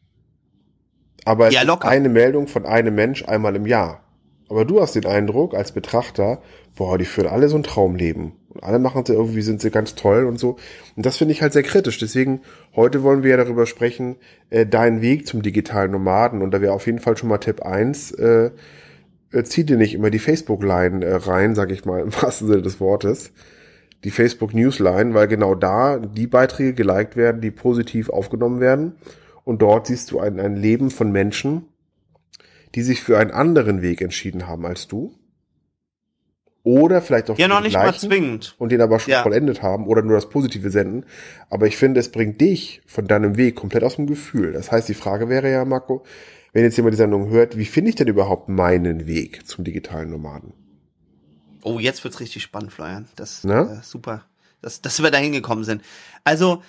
Aber es ist eine Meldung von einem Mensch einmal im Jahr. Aber du hast den Eindruck als Betrachter, boah, die führen alle so ein Traumleben. Und alle machen sie irgendwie, sind sie ganz toll und so. Und das finde ich halt sehr kritisch. Deswegen, heute wollen wir ja darüber sprechen, deinen Weg zum digitalen Nomaden. Und da wäre auf jeden Fall schon mal Tipp 1, zieh dir nicht immer die Facebook-Line rein, sag ich mal, im wahrsten Sinne des Wortes. Die Facebook-Newsline, weil genau da die Beiträge geliked werden, die positiv aufgenommen werden. Und dort siehst du ein Leben von Menschen, die sich für einen anderen Weg entschieden haben als du. Oder vielleicht auch ja, noch nicht mal zwingend. Und den aber schon vollendet haben oder nur das Positive senden. Aber ich finde, es bringt dich von deinem Weg komplett aus dem Gefühl. Das heißt, die Frage wäre ja, Marco, wenn jetzt jemand die Sendung hört, wie finde ich denn überhaupt meinen Weg zum digitalen Nomaden? Oh, jetzt wird's richtig spannend, Florian. Das super, dass wir da hingekommen sind. Also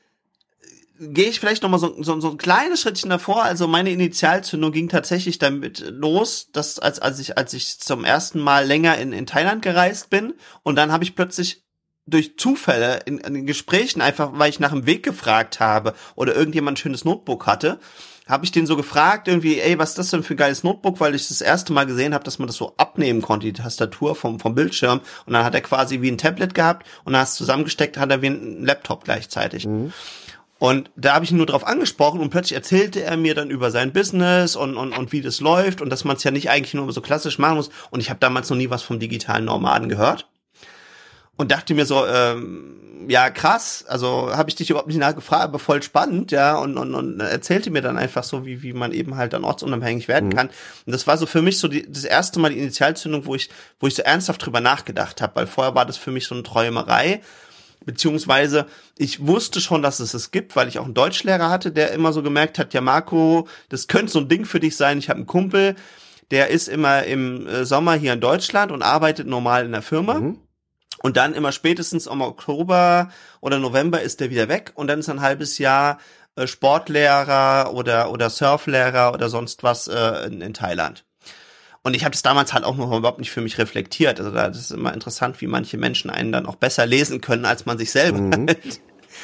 gehe ich vielleicht noch mal so ein kleines Schrittchen davor. Also meine Initialzündung ging tatsächlich damit los, dass als ich zum ersten Mal länger in Thailand gereist bin und dann habe ich plötzlich durch Zufälle in den Gesprächen einfach, weil ich nach dem Weg gefragt habe oder irgendjemand ein schönes Notebook hatte, habe ich den so gefragt irgendwie, ey, was ist das denn für ein geiles Notebook, weil ich das erste Mal gesehen habe, dass man das so abnehmen konnte, die Tastatur vom Bildschirm und dann hat er quasi wie ein Tablet gehabt und dann hast du zusammengesteckt, hat er wie ein Laptop gleichzeitig. Mhm. Und da habe ich ihn nur drauf angesprochen und plötzlich erzählte er mir dann über sein Business und wie das läuft und dass man es ja nicht eigentlich nur so klassisch machen muss. Und ich habe damals noch nie was vom digitalen Nomaden gehört. und dachte mir so, ja krass, also habe ich dich überhaupt nicht nachgefragt, aber voll spannend, ja, und erzählte mir dann einfach so, wie man eben halt dann ortsunabhängig werden kann. Und das war so für mich so das erste Mal die Initialzündung, wo ich so ernsthaft drüber nachgedacht habe, weil vorher war das für mich so eine Träumerei, beziehungsweise ich wusste schon, dass es gibt, weil ich auch einen Deutschlehrer hatte, der immer so gemerkt hat, ja Marco, das könnte so ein Ding für dich sein, ich habe einen Kumpel, der ist immer im Sommer hier in Deutschland und arbeitet normal in der Firma. Und dann immer spätestens im Oktober oder November ist der wieder weg und dann ist ein halbes Jahr Sportlehrer oder Surflehrer oder sonst was in Thailand. Und ich habe das damals halt auch noch überhaupt nicht für mich reflektiert. Also das ist immer interessant, wie manche Menschen einen dann auch besser lesen können, als man sich selber halt.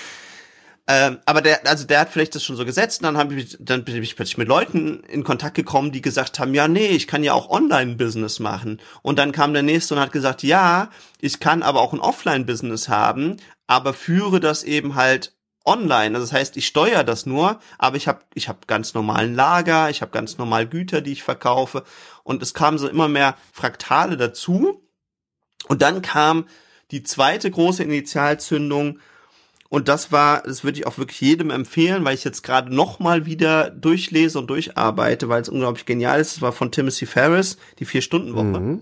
Aber der hat vielleicht das schon so gesetzt und dann bin ich plötzlich mit Leuten in Kontakt gekommen, die gesagt haben, ja, nee, ich kann ja auch Online-Business machen. Und dann kam der Nächste und hat gesagt, ja, ich kann aber auch ein Offline-Business haben, aber führe das eben halt online. Also das heißt, ich steuere das nur, aber ich hab ganz normalen Lager, ich habe ganz normal Güter, die ich verkaufe. Und es kamen so immer mehr Fraktale dazu. Und dann kam die zweite große Initialzündung. Und das würde ich auch wirklich jedem empfehlen, weil ich jetzt gerade nochmal wieder durchlese und durcharbeite, weil es unglaublich genial ist. Das war von Timothy Ferriss, die 4-Stunden-Woche.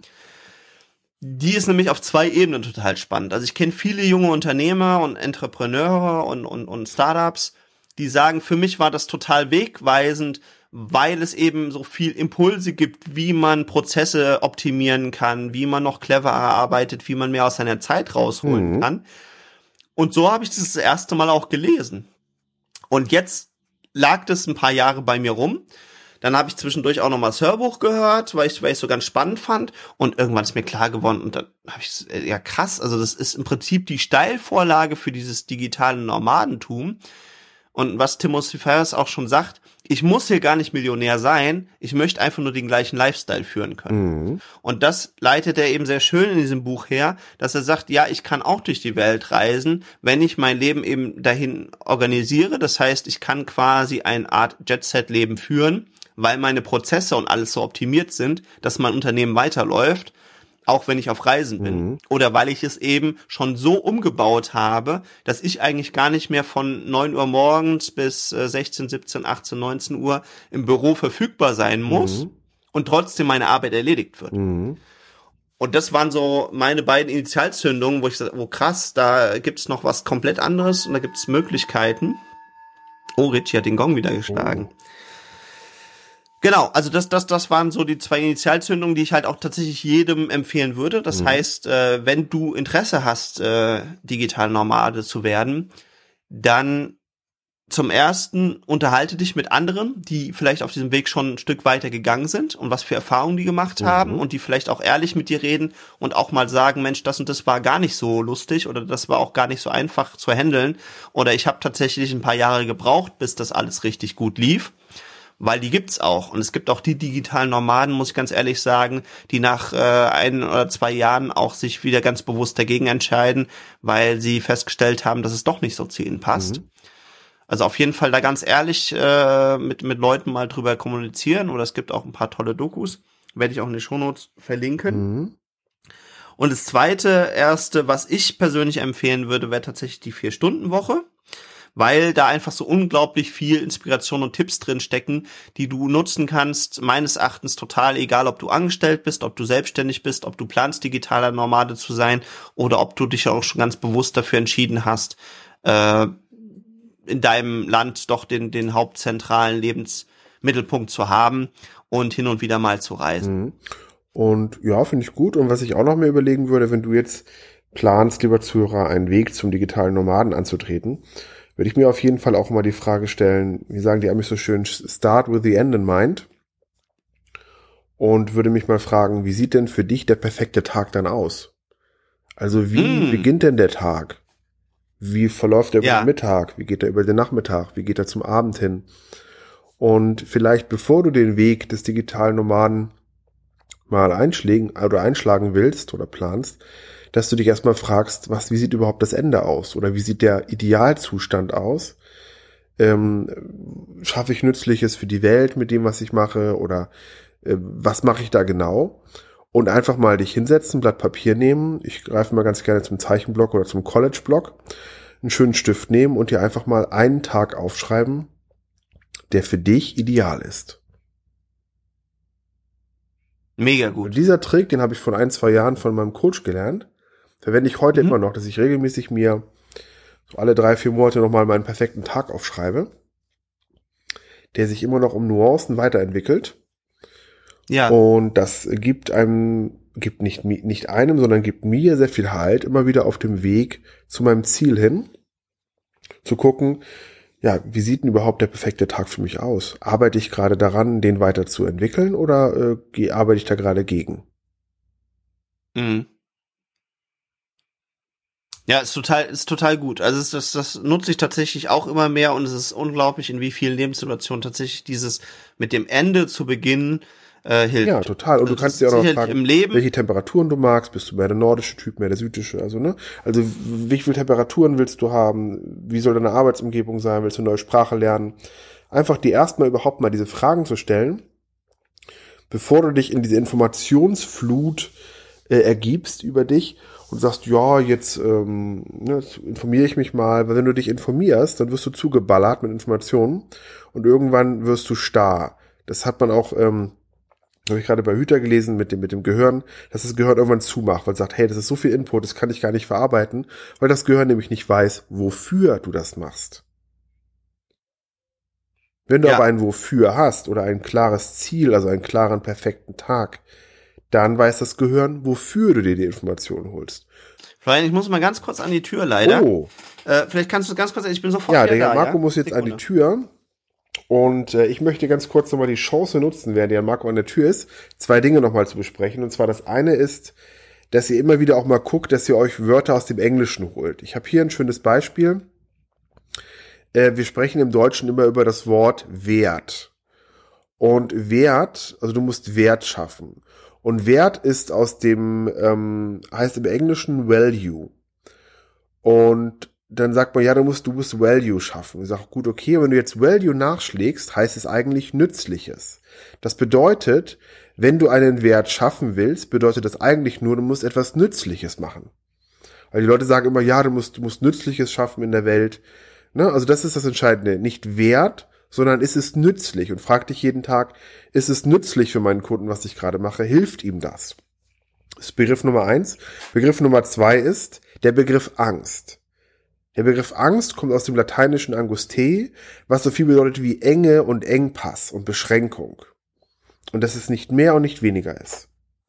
Die ist nämlich auf 2 Ebenen total spannend. Also ich kenne viele junge Unternehmer und Entrepreneure und Startups, die sagen, für mich war das total wegweisend, weil es eben so viel Impulse gibt, wie man Prozesse optimieren kann, wie man noch cleverer arbeitet, wie man mehr aus seiner Zeit rausholen kann. Und so habe ich das erste Mal auch gelesen. Und jetzt lag das ein paar Jahre bei mir rum. Dann habe ich zwischendurch auch nochmal das Hörbuch gehört, weil ich so ganz spannend fand. Und irgendwann ist mir klar geworden, und dann habe ich, ja krass, also das ist im Prinzip die Steilvorlage für dieses digitale Nomadentum. Und was Timothy Ferriss auch schon sagt, ich muss hier gar nicht Millionär sein, ich möchte einfach nur den gleichen Lifestyle führen können. Und das leitet er eben sehr schön in diesem Buch her, dass er sagt, ja, ich kann auch durch die Welt reisen, wenn ich mein Leben eben dahin organisiere. Das heißt, ich kann quasi eine Art Jet-Set-Leben führen, weil meine Prozesse und alles so optimiert sind, dass mein Unternehmen weiterläuft, auch wenn ich auf Reisen bin. Oder weil ich es eben schon so umgebaut habe, dass ich eigentlich gar nicht mehr von 9 Uhr morgens bis 16, 17, 18, 19 Uhr im Büro verfügbar sein muss und trotzdem meine Arbeit erledigt wird. Und das waren so meine beiden Initialzündungen, wo ich sagte, oh krass, da gibt's noch was komplett anderes und da gibt's Möglichkeiten. Oh, Richie hat den Gong wieder geschlagen. Genau, also das waren so die 2 Initialzündungen, die ich halt auch tatsächlich jedem empfehlen würde. Das heißt, wenn du Interesse hast, digital Nomade zu werden, dann zum ersten unterhalte dich mit anderen, die vielleicht auf diesem Weg schon ein Stück weiter gegangen sind und was für Erfahrungen die gemacht haben und die vielleicht auch ehrlich mit dir reden und auch mal sagen, Mensch, das und das war gar nicht so lustig oder das war auch gar nicht so einfach zu handeln oder ich habe tatsächlich ein paar Jahre gebraucht, bis das alles richtig gut lief. Weil die gibt's auch. Und es gibt auch die digitalen Nomaden, muss ich ganz ehrlich sagen, die nach 1 oder 2 Jahren auch sich wieder ganz bewusst dagegen entscheiden, weil sie festgestellt haben, dass es doch nicht so zu ihnen passt. Also auf jeden Fall da ganz ehrlich mit Leuten mal drüber kommunizieren. Oder es gibt auch ein paar tolle Dokus. Werde ich auch in den Shownotes verlinken. Und das erste, was ich persönlich empfehlen würde, wäre tatsächlich die 4-Stunden-Woche. Weil da einfach so unglaublich viel Inspiration und Tipps drin stecken, die du nutzen kannst, meines Erachtens total egal, ob du angestellt bist, ob du selbstständig bist, ob du planst, digitaler Nomade zu sein oder ob du dich auch schon ganz bewusst dafür entschieden hast, in deinem Land doch den hauptzentralen Lebensmittelpunkt zu haben und hin und wieder mal zu reisen. Und ja, finde ich gut. Und was ich auch noch mir überlegen würde, wenn du jetzt planst, lieber Zuhörer, einen Weg zum digitalen Nomaden anzutreten, würde ich mir auf jeden Fall auch mal die Frage stellen, wie sagen die Amis so schön, start with the end in mind. Und würde mich mal fragen, wie sieht denn für dich der perfekte Tag dann aus? Also wie beginnt denn der Tag? Wie verläuft er über den Mittag? Wie geht er über den Nachmittag? Wie geht er zum Abend hin? Und vielleicht bevor du den Weg des digitalen Nomaden mal einschlagen willst oder planst, dass du dich erstmal fragst, wie sieht überhaupt das Ende aus? Oder wie sieht der Idealzustand aus? Schaffe ich Nützliches für die Welt mit dem, was ich mache? Oder was mache ich da genau? und einfach mal dich hinsetzen, Blatt Papier nehmen. Ich greife mal ganz gerne zum Zeichenblock oder zum College-Block. Einen schönen Stift nehmen und dir einfach mal einen Tag aufschreiben, der für dich ideal ist. Mega gut. Und dieser Trick, den habe ich vor 1-2 Jahren von meinem Coach gelernt. Verwende ich heute immer noch, dass ich regelmäßig mir so alle 3-4 Monate nochmal meinen perfekten Tag aufschreibe, der sich immer noch um Nuancen weiterentwickelt. Ja. Und das gibt nicht einem, sondern gibt mir sehr viel Halt, immer wieder auf dem Weg zu meinem Ziel hin, zu gucken, ja, wie sieht denn überhaupt der perfekte Tag für mich aus? Arbeite ich gerade daran, den weiterzuentwickeln oder arbeite ich da gerade gegen? Mhm. Ja, ist total gut. Also das nutze ich tatsächlich auch immer mehr und es ist unglaublich, in wie vielen Lebenssituationen tatsächlich dieses mit dem Ende zu beginnen hilft. Ja, total. Und du kannst dir auch noch fragen, im Leben, welche Temperaturen du magst. Bist du mehr der nordische Typ, mehr der südische? Also, ne? Also, wie viele Temperaturen willst du haben? Wie soll deine Arbeitsumgebung sein? Willst du eine neue Sprache lernen? Einfach dir erstmal überhaupt mal diese Fragen zu stellen, bevor du dich in diese Informationsflut ergibst über dich und sagst, ja, jetzt informiere ich mich mal. Weil wenn du dich informierst, dann wirst du zugeballert mit Informationen und irgendwann wirst du starr. Das hat man auch habe ich gerade bei Hüter gelesen mit dem Gehirn, dass das Gehirn irgendwann zumacht, weil es sagt, hey, das ist so viel Input, das kann ich gar nicht verarbeiten, weil das Gehirn nämlich nicht weiß, wofür du das machst. Wenn du aber ein Wofür hast oder ein klares Ziel, also einen klaren, perfekten Tag, dann weiß das Gehirn, wofür du dir die Informationen holst. Florian, ich muss mal ganz kurz an die Tür leider. Oh. Vielleicht kannst du ganz kurz, ich bin sofort wieder da. Ja, der Marco muss jetzt an die Tür. Und ich möchte ganz kurz nochmal die Chance nutzen, während der Marco an der Tür ist, 2 Dinge nochmal zu besprechen. Und zwar das eine ist, dass ihr immer wieder auch mal guckt, dass ihr euch Wörter aus dem Englischen holt. Ich habe hier ein schönes Beispiel. Wir sprechen im Deutschen immer über das Wort Wert. Und Wert, also du musst Wert schaffen. Und Wert ist aus dem, heißt im Englischen Value. Und dann sagt man, ja, du musst Value schaffen. Ich sage, gut, okay, wenn du jetzt Value nachschlägst, heißt es eigentlich Nützliches. Das bedeutet, wenn du einen Wert schaffen willst, bedeutet das eigentlich nur, du musst etwas Nützliches machen. Weil die Leute sagen immer, ja, du musst Nützliches schaffen in der Welt. Ne? Also das ist das Entscheidende. Nicht Wert, sondern ist es nützlich? Und frag dich jeden Tag, ist es nützlich für meinen Kunden, was ich gerade mache? Hilft ihm das? Das ist Begriff Nummer 1. Begriff Nummer 2 ist der Begriff Angst. Der Begriff Angst kommt aus dem lateinischen Anguste, was so viel bedeutet wie Enge und Engpass und Beschränkung. Und dass es nicht mehr und nicht weniger ist.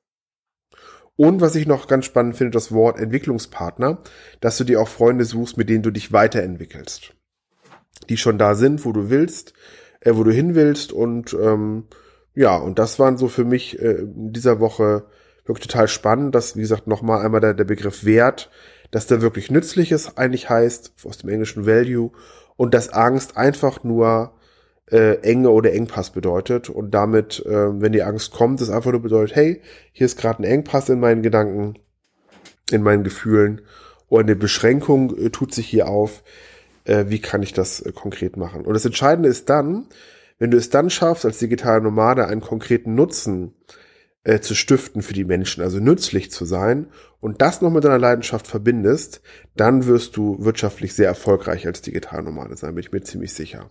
Und was ich noch ganz spannend finde, das Wort Entwicklungspartner, dass du dir auch Freunde suchst, mit denen du dich weiterentwickelst. Die schon da sind, wo du willst, wo du hin willst. Und und das waren so für mich in dieser Woche wirklich total spannend, dass, wie gesagt, nochmal einmal der Begriff Wert, dass der wirklich Nützliches eigentlich heißt, aus dem englischen Value, und dass Angst einfach nur Enge oder Engpass bedeutet. Und damit, wenn die Angst kommt, es einfach nur bedeutet, hey, hier ist gerade ein Engpass in meinen Gedanken, in meinen Gefühlen, und eine Beschränkung tut sich hier auf. Wie kann ich das konkret machen? Und das Entscheidende ist dann, wenn du es dann schaffst, als digitaler Nomade einen konkreten Nutzen zu stiften für die Menschen, also nützlich zu sein und das noch mit deiner Leidenschaft verbindest, dann wirst du wirtschaftlich sehr erfolgreich als Digitalnomade sein, bin ich mir ziemlich sicher.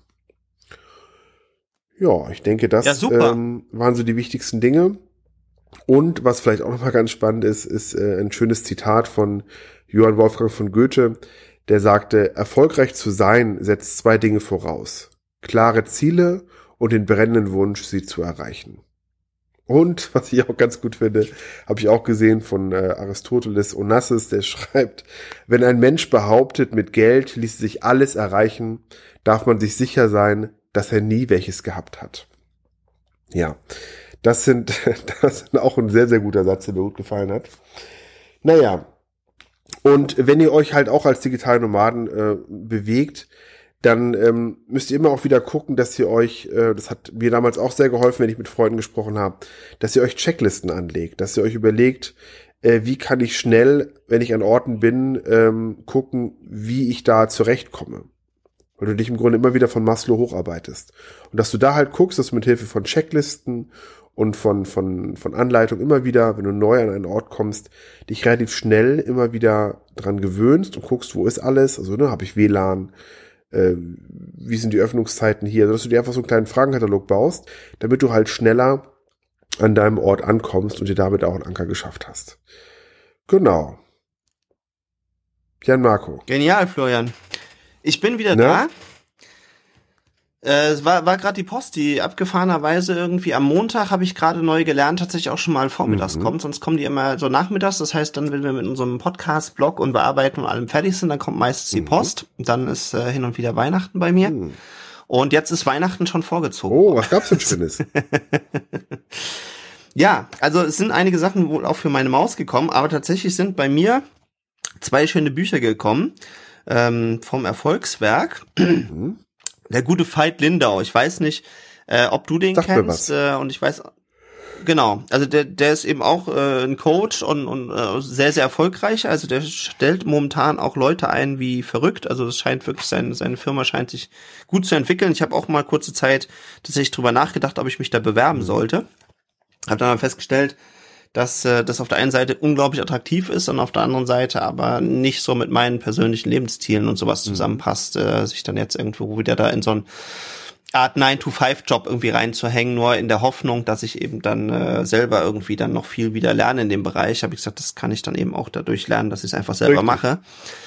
Ja, ich denke, das waren so die wichtigsten Dinge. Und was vielleicht auch nochmal ganz spannend ist ein schönes Zitat von Johann Wolfgang von Goethe, der sagte, erfolgreich zu sein setzt 2 Dinge voraus. Klare Ziele und den brennenden Wunsch, sie zu erreichen. Und, was ich auch ganz gut finde, habe ich auch gesehen von Aristoteles Onassis, der schreibt, wenn ein Mensch behauptet, mit Geld ließe sich alles erreichen, darf man sich sicher sein, dass er nie welches gehabt hat. Ja, das ist auch ein sehr, sehr guter Satz, der mir gut gefallen hat. Naja, und wenn ihr euch halt auch als digitale Nomaden bewegt, dann müsst ihr immer auch wieder gucken, dass ihr euch, das hat mir damals auch sehr geholfen, wenn ich mit Freunden gesprochen habe, dass ihr euch Checklisten anlegt, dass ihr euch überlegt, wie kann ich schnell, wenn ich an Orten bin, gucken, wie ich da zurechtkomme. Weil du dich im Grunde immer wieder von Maslow hocharbeitest. Und dass du da halt guckst, dass du mit Hilfe von Checklisten und von Anleitung immer wieder, wenn du neu an einen Ort kommst, dich relativ schnell immer wieder dran gewöhnst und guckst, wo ist alles, also ne, habe ich WLAN, wie sind die Öffnungszeiten hier, dass du dir einfach so einen kleinen Fragenkatalog baust, damit du halt schneller an deinem Ort ankommst und dir damit auch einen Anker geschafft hast. Genau. Jan Marco. Genial, Florian. Ich bin wieder da. Es war gerade die Post, die abgefahrenerweise irgendwie am Montag, habe ich gerade neu gelernt, tatsächlich auch schon mal vormittags kommt. Sonst kommen die immer so nachmittags. Das heißt, dann, wenn wir mit unserem Podcast, Blog und Bearbeiten und allem fertig sind, dann kommt meistens die Post. Und dann ist hin und wieder Weihnachten bei mir. Und jetzt ist Weihnachten schon vorgezogen. Oh, was gab's denn Schönes? Ja, also es sind einige Sachen wohl auch für meine Maus gekommen, aber tatsächlich sind bei mir 2 schöne Bücher gekommen vom Erfolgswerk. Der gute Veit Lindau. Ich weiß nicht, ob du den kennst. Und ich weiß, genau, also der ist eben auch ein Coach und sehr, sehr erfolgreich. Also der stellt momentan auch Leute ein wie verrückt. Also das scheint wirklich, seine Firma scheint sich gut zu entwickeln. Ich habe auch mal kurze Zeit tatsächlich drüber nachgedacht, ob ich mich da bewerben sollte. Habe dann aber festgestellt, dass das auf der einen Seite unglaublich attraktiv ist und auf der anderen Seite aber nicht so mit meinen persönlichen Lebenszielen und sowas zusammenpasst, sich dann jetzt irgendwo wieder da in so eine Art 9-to-5-Job irgendwie reinzuhängen, nur in der Hoffnung, dass ich eben dann selber irgendwie dann noch viel wieder lerne in dem Bereich. Habe ich gesagt, das kann ich dann eben auch dadurch lernen, dass ich es einfach selber mache.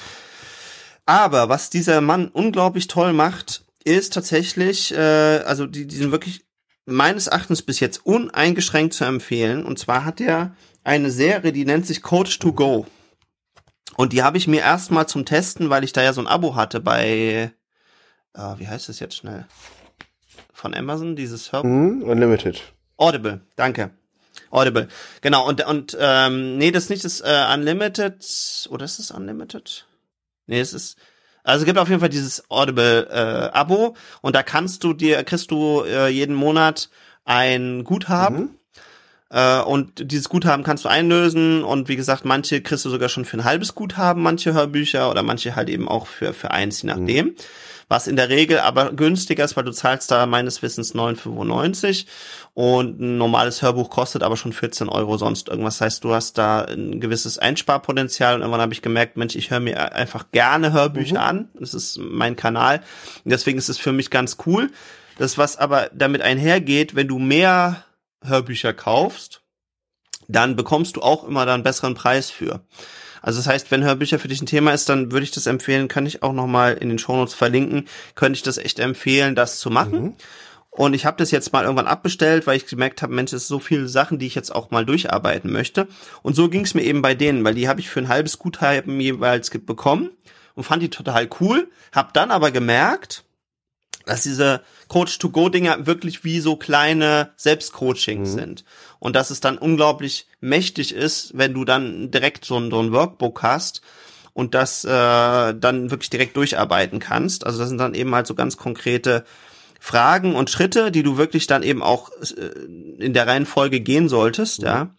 Aber was dieser Mann unglaublich toll macht, ist tatsächlich, also die sind wirklich meines Erachtens bis jetzt uneingeschränkt zu empfehlen. Und zwar hat er eine Serie, die nennt sich Coach to Go. Und die habe ich mir erstmal zum Testen, weil ich da ja so ein Abo hatte bei, wie heißt das jetzt schnell? Von Amazon, dieses Hörbuch. Unlimited. Audible, danke. Audible, genau. Und nee, das ist nicht das Unlimited. Oder ist das Unlimited? Nee, es ist... Also es gibt auf jeden Fall dieses Audible und da kriegst du jeden Monat ein Guthaben und dieses Guthaben kannst du einlösen und wie gesagt, manche kriegst du sogar schon für ein halbes Guthaben, manche Hörbücher oder manche halt eben auch für eins, je nachdem. Was in der Regel aber günstiger ist, weil du zahlst da meines Wissens 9,95 und ein normales Hörbuch kostet aber schon 14 Euro sonst irgendwas. Das heißt, du hast da ein gewisses Einsparpotenzial und irgendwann habe ich gemerkt, Mensch, ich höre mir einfach gerne Hörbücher an. Das ist mein Kanal und deswegen ist es für mich ganz cool. Das, was aber damit einhergeht, wenn du mehr Hörbücher kaufst, dann bekommst du auch immer da einen besseren Preis für. Also das heißt, wenn Hörbücher für dich ein Thema ist, dann würde ich das empfehlen, kann ich auch nochmal in den Shownotes verlinken, könnte ich das echt empfehlen, das zu machen. Und ich habe das jetzt mal irgendwann abbestellt, weil ich gemerkt habe, Mensch, es sind so viele Sachen, die ich jetzt auch mal durcharbeiten möchte. Und so ging es mir eben bei denen, weil die habe ich für ein halbes Guthaben jeweils bekommen und fand die total cool, habe dann aber gemerkt, dass diese Coach-to-Go-Dinger wirklich wie so kleine Selbstcoachings sind. Und dass es dann unglaublich mächtig ist, wenn du dann direkt so ein Workbook hast und das dann wirklich direkt durcharbeiten kannst. Also das sind dann eben halt so ganz konkrete Fragen und Schritte, die du wirklich dann eben auch in der Reihenfolge gehen solltest, ja.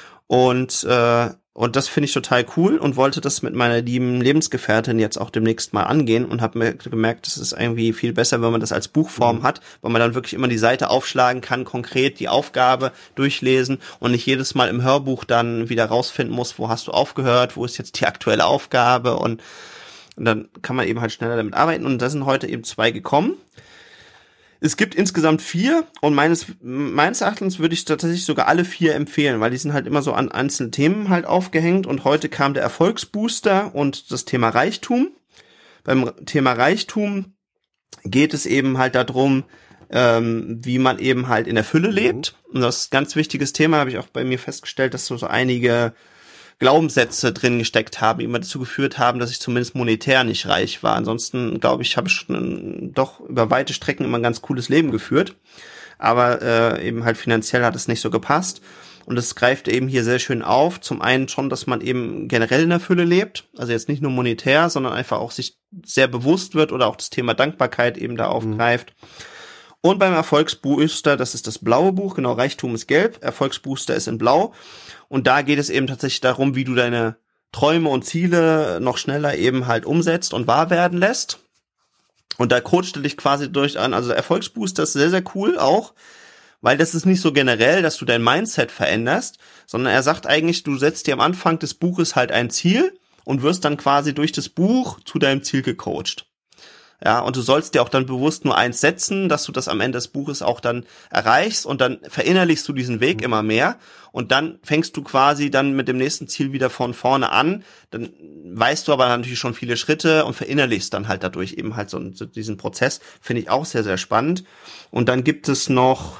Und das finde ich total cool und wollte das mit meiner lieben Lebensgefährtin jetzt auch demnächst mal angehen und habe mir gemerkt, das ist irgendwie viel besser, wenn man das als Buchform hat, weil man dann wirklich immer die Seite aufschlagen kann, konkret die Aufgabe durchlesen und nicht jedes Mal im Hörbuch dann wieder rausfinden muss, wo hast du aufgehört, wo ist jetzt die aktuelle Aufgabe und dann kann man eben halt schneller damit arbeiten und da sind heute eben 2 gekommen. Es gibt insgesamt 4 und meines Erachtens würde ich tatsächlich sogar alle 4 empfehlen, weil die sind halt immer so an einzelnen Themen halt aufgehängt und heute kam der Erfolgsbooster und das Thema Reichtum. Beim Thema Reichtum geht es eben halt darum, wie man eben halt in der Fülle lebt und das ist ein ganz wichtiges Thema, habe ich auch bei mir festgestellt, dass so einige Glaubenssätze drin gesteckt haben, die immer dazu geführt haben, dass ich zumindest monetär nicht reich war. Ansonsten, glaube ich, habe ich schon doch über weite Strecken immer ein ganz cooles Leben geführt. Aber eben halt finanziell hat es nicht so gepasst. Und das greift eben hier sehr schön auf. Zum einen schon, dass man eben generell in der Fülle lebt. Also jetzt nicht nur monetär, sondern einfach auch sich sehr bewusst wird oder auch das Thema Dankbarkeit eben da aufgreift. Und beim Erfolgsbooster, das ist das blaue Buch, genau, Reichtum ist gelb, Erfolgsbooster ist in blau. Und da geht es eben tatsächlich darum, wie du deine Träume und Ziele noch schneller eben halt umsetzt und wahr werden lässt. Und da coacht du dich quasi durch an. Also Erfolgsbooster ist sehr, sehr cool auch, weil das ist nicht so generell, dass du dein Mindset veränderst, sondern er sagt eigentlich, du setzt dir am Anfang des Buches halt ein Ziel und wirst dann quasi durch das Buch zu deinem Ziel gecoacht. Ja, und du sollst dir auch dann bewusst nur eins setzen, dass du das am Ende des Buches auch dann erreichst und dann verinnerlichst du diesen Weg immer mehr und dann fängst du quasi dann mit dem nächsten Ziel wieder von vorne an, dann weißt du aber natürlich schon viele Schritte und verinnerlichst dann halt dadurch eben halt so diesen Prozess, finde ich auch sehr, sehr spannend. Und dann gibt es noch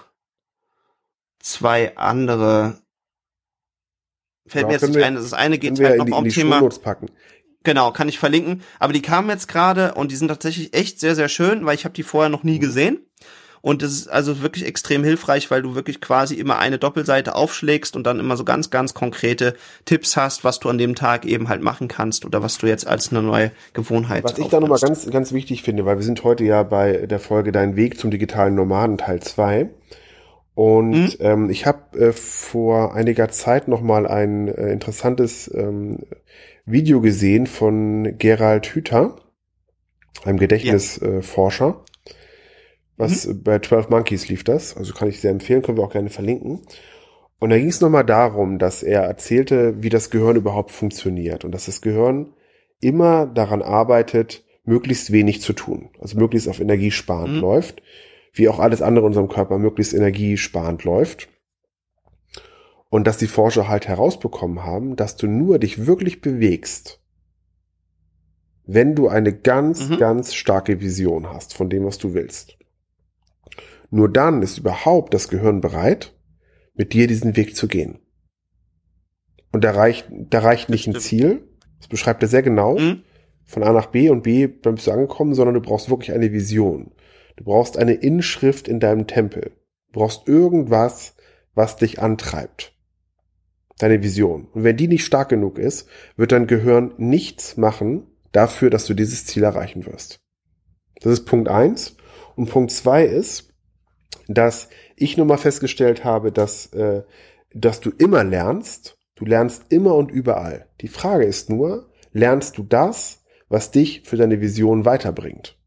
2 andere, fällt mir jetzt nicht ein, das eine geht halt noch um Thema. Shownotes packen. Genau, kann ich verlinken. Aber die kamen jetzt gerade und die sind tatsächlich echt sehr, sehr schön, weil ich habe die vorher noch nie gesehen. Und das ist also wirklich extrem hilfreich, weil du wirklich quasi immer eine Doppelseite aufschlägst und dann immer so ganz, ganz konkrete Tipps hast, was du an dem Tag eben halt machen kannst oder was du jetzt als eine neue Gewohnheit Was ich da nochmal ganz, ganz wichtig finde, weil wir sind heute ja bei der Folge Dein Weg zum digitalen Nomaden Teil 2. Und ich habe vor einiger Zeit nochmal ein interessantes Video gesehen von Gerald Hüther, einem Gedächtnisforscher. Was bei 12 Monkeys lief das, also kann ich sehr empfehlen, können wir auch gerne verlinken. Und da ging es nochmal darum, dass er erzählte, wie das Gehirn überhaupt funktioniert und dass das Gehirn immer daran arbeitet, möglichst wenig zu tun, also möglichst auf energiesparend läuft, wie auch alles andere in unserem Körper möglichst energiesparend läuft. Und dass die Forscher halt herausbekommen haben, dass du nur dich wirklich bewegst, wenn du eine ganz, ganz starke Vision hast von dem, was du willst. Nur dann ist überhaupt das Gehirn bereit, mit dir diesen Weg zu gehen. Und da reicht nicht ein Ziel, das beschreibt er sehr genau, von A nach B und B, dann bist du angekommen, sondern du brauchst wirklich eine Vision. Du brauchst eine Inschrift in deinem Tempel. Du brauchst irgendwas, was dich antreibt. Deine Vision. Und wenn die nicht stark genug ist, wird dein Gehirn nichts machen dafür, dass du dieses Ziel erreichen wirst. Das ist Punkt 1. Und Punkt 2 ist, dass ich nun mal festgestellt habe, dass du immer lernst. Du lernst immer und überall. Die Frage ist nur, lernst du das, was dich für deine Vision weiterbringt?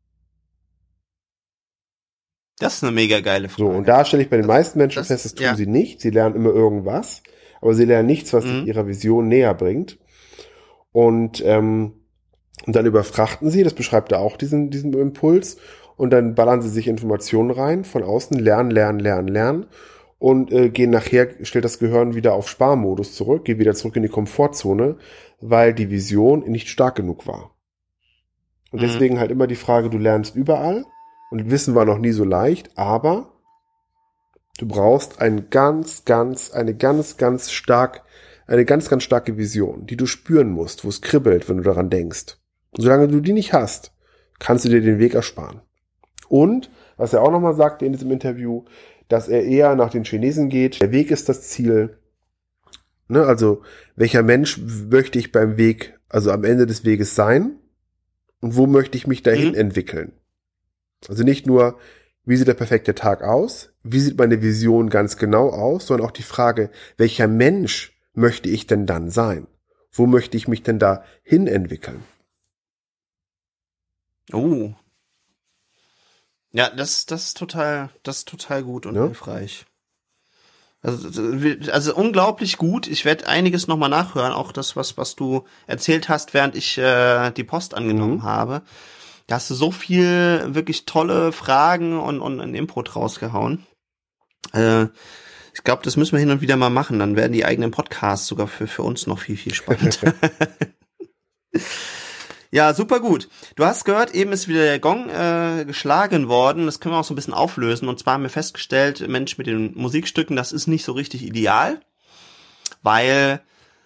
Das ist eine mega geile Frage. So, und da stelle ich bei den meisten Menschen fest, das tun sie nicht. Sie lernen immer irgendwas, aber sie lernen nichts, was sich ihrer Vision näher bringt. Und dann überfrachten sie, das beschreibt er auch, diesen Impuls, und dann ballern sie sich Informationen rein, von außen, lernen, und gehen nachher, stellt das Gehirn wieder auf Sparmodus zurück, geht wieder zurück in die Komfortzone, weil die Vision nicht stark genug war. Und deswegen halt immer die Frage, du lernst überall, und Wissen war noch nie so leicht, aber du brauchst eine ganz, ganz starke Vision, die du spüren musst, wo es kribbelt, wenn du daran denkst. Und solange du die nicht hast, kannst du dir den Weg ersparen. Und, was er auch nochmal sagte in diesem Interview, dass er eher nach den Chinesen geht. Der Weg ist das Ziel. Ne, also, welcher Mensch möchte ich beim Weg, also am Ende des Weges sein? Und wo möchte ich mich dahin entwickeln? Also nicht nur, wie sieht der perfekte Tag aus? Wie sieht meine Vision ganz genau aus? Sondern auch die Frage, welcher Mensch möchte ich denn dann sein? Wo möchte ich mich denn da hin entwickeln? Oh. Ja, das ist total gut und hilfreich. Also unglaublich gut. Ich werde einiges nochmal nachhören, auch das, was du erzählt hast, während ich die Post angenommen habe. Da hast du so viel wirklich tolle Fragen und einen Input rausgehauen. Ich glaube, das müssen wir hin und wieder mal machen. Dann werden die eigenen Podcasts sogar für uns noch viel, viel spannender. Ja, super gut. Du hast gehört, eben ist wieder der Gong geschlagen worden. Das können wir auch so ein bisschen auflösen. Und zwar haben wir festgestellt, Mensch, mit den Musikstücken, das ist nicht so richtig ideal, weil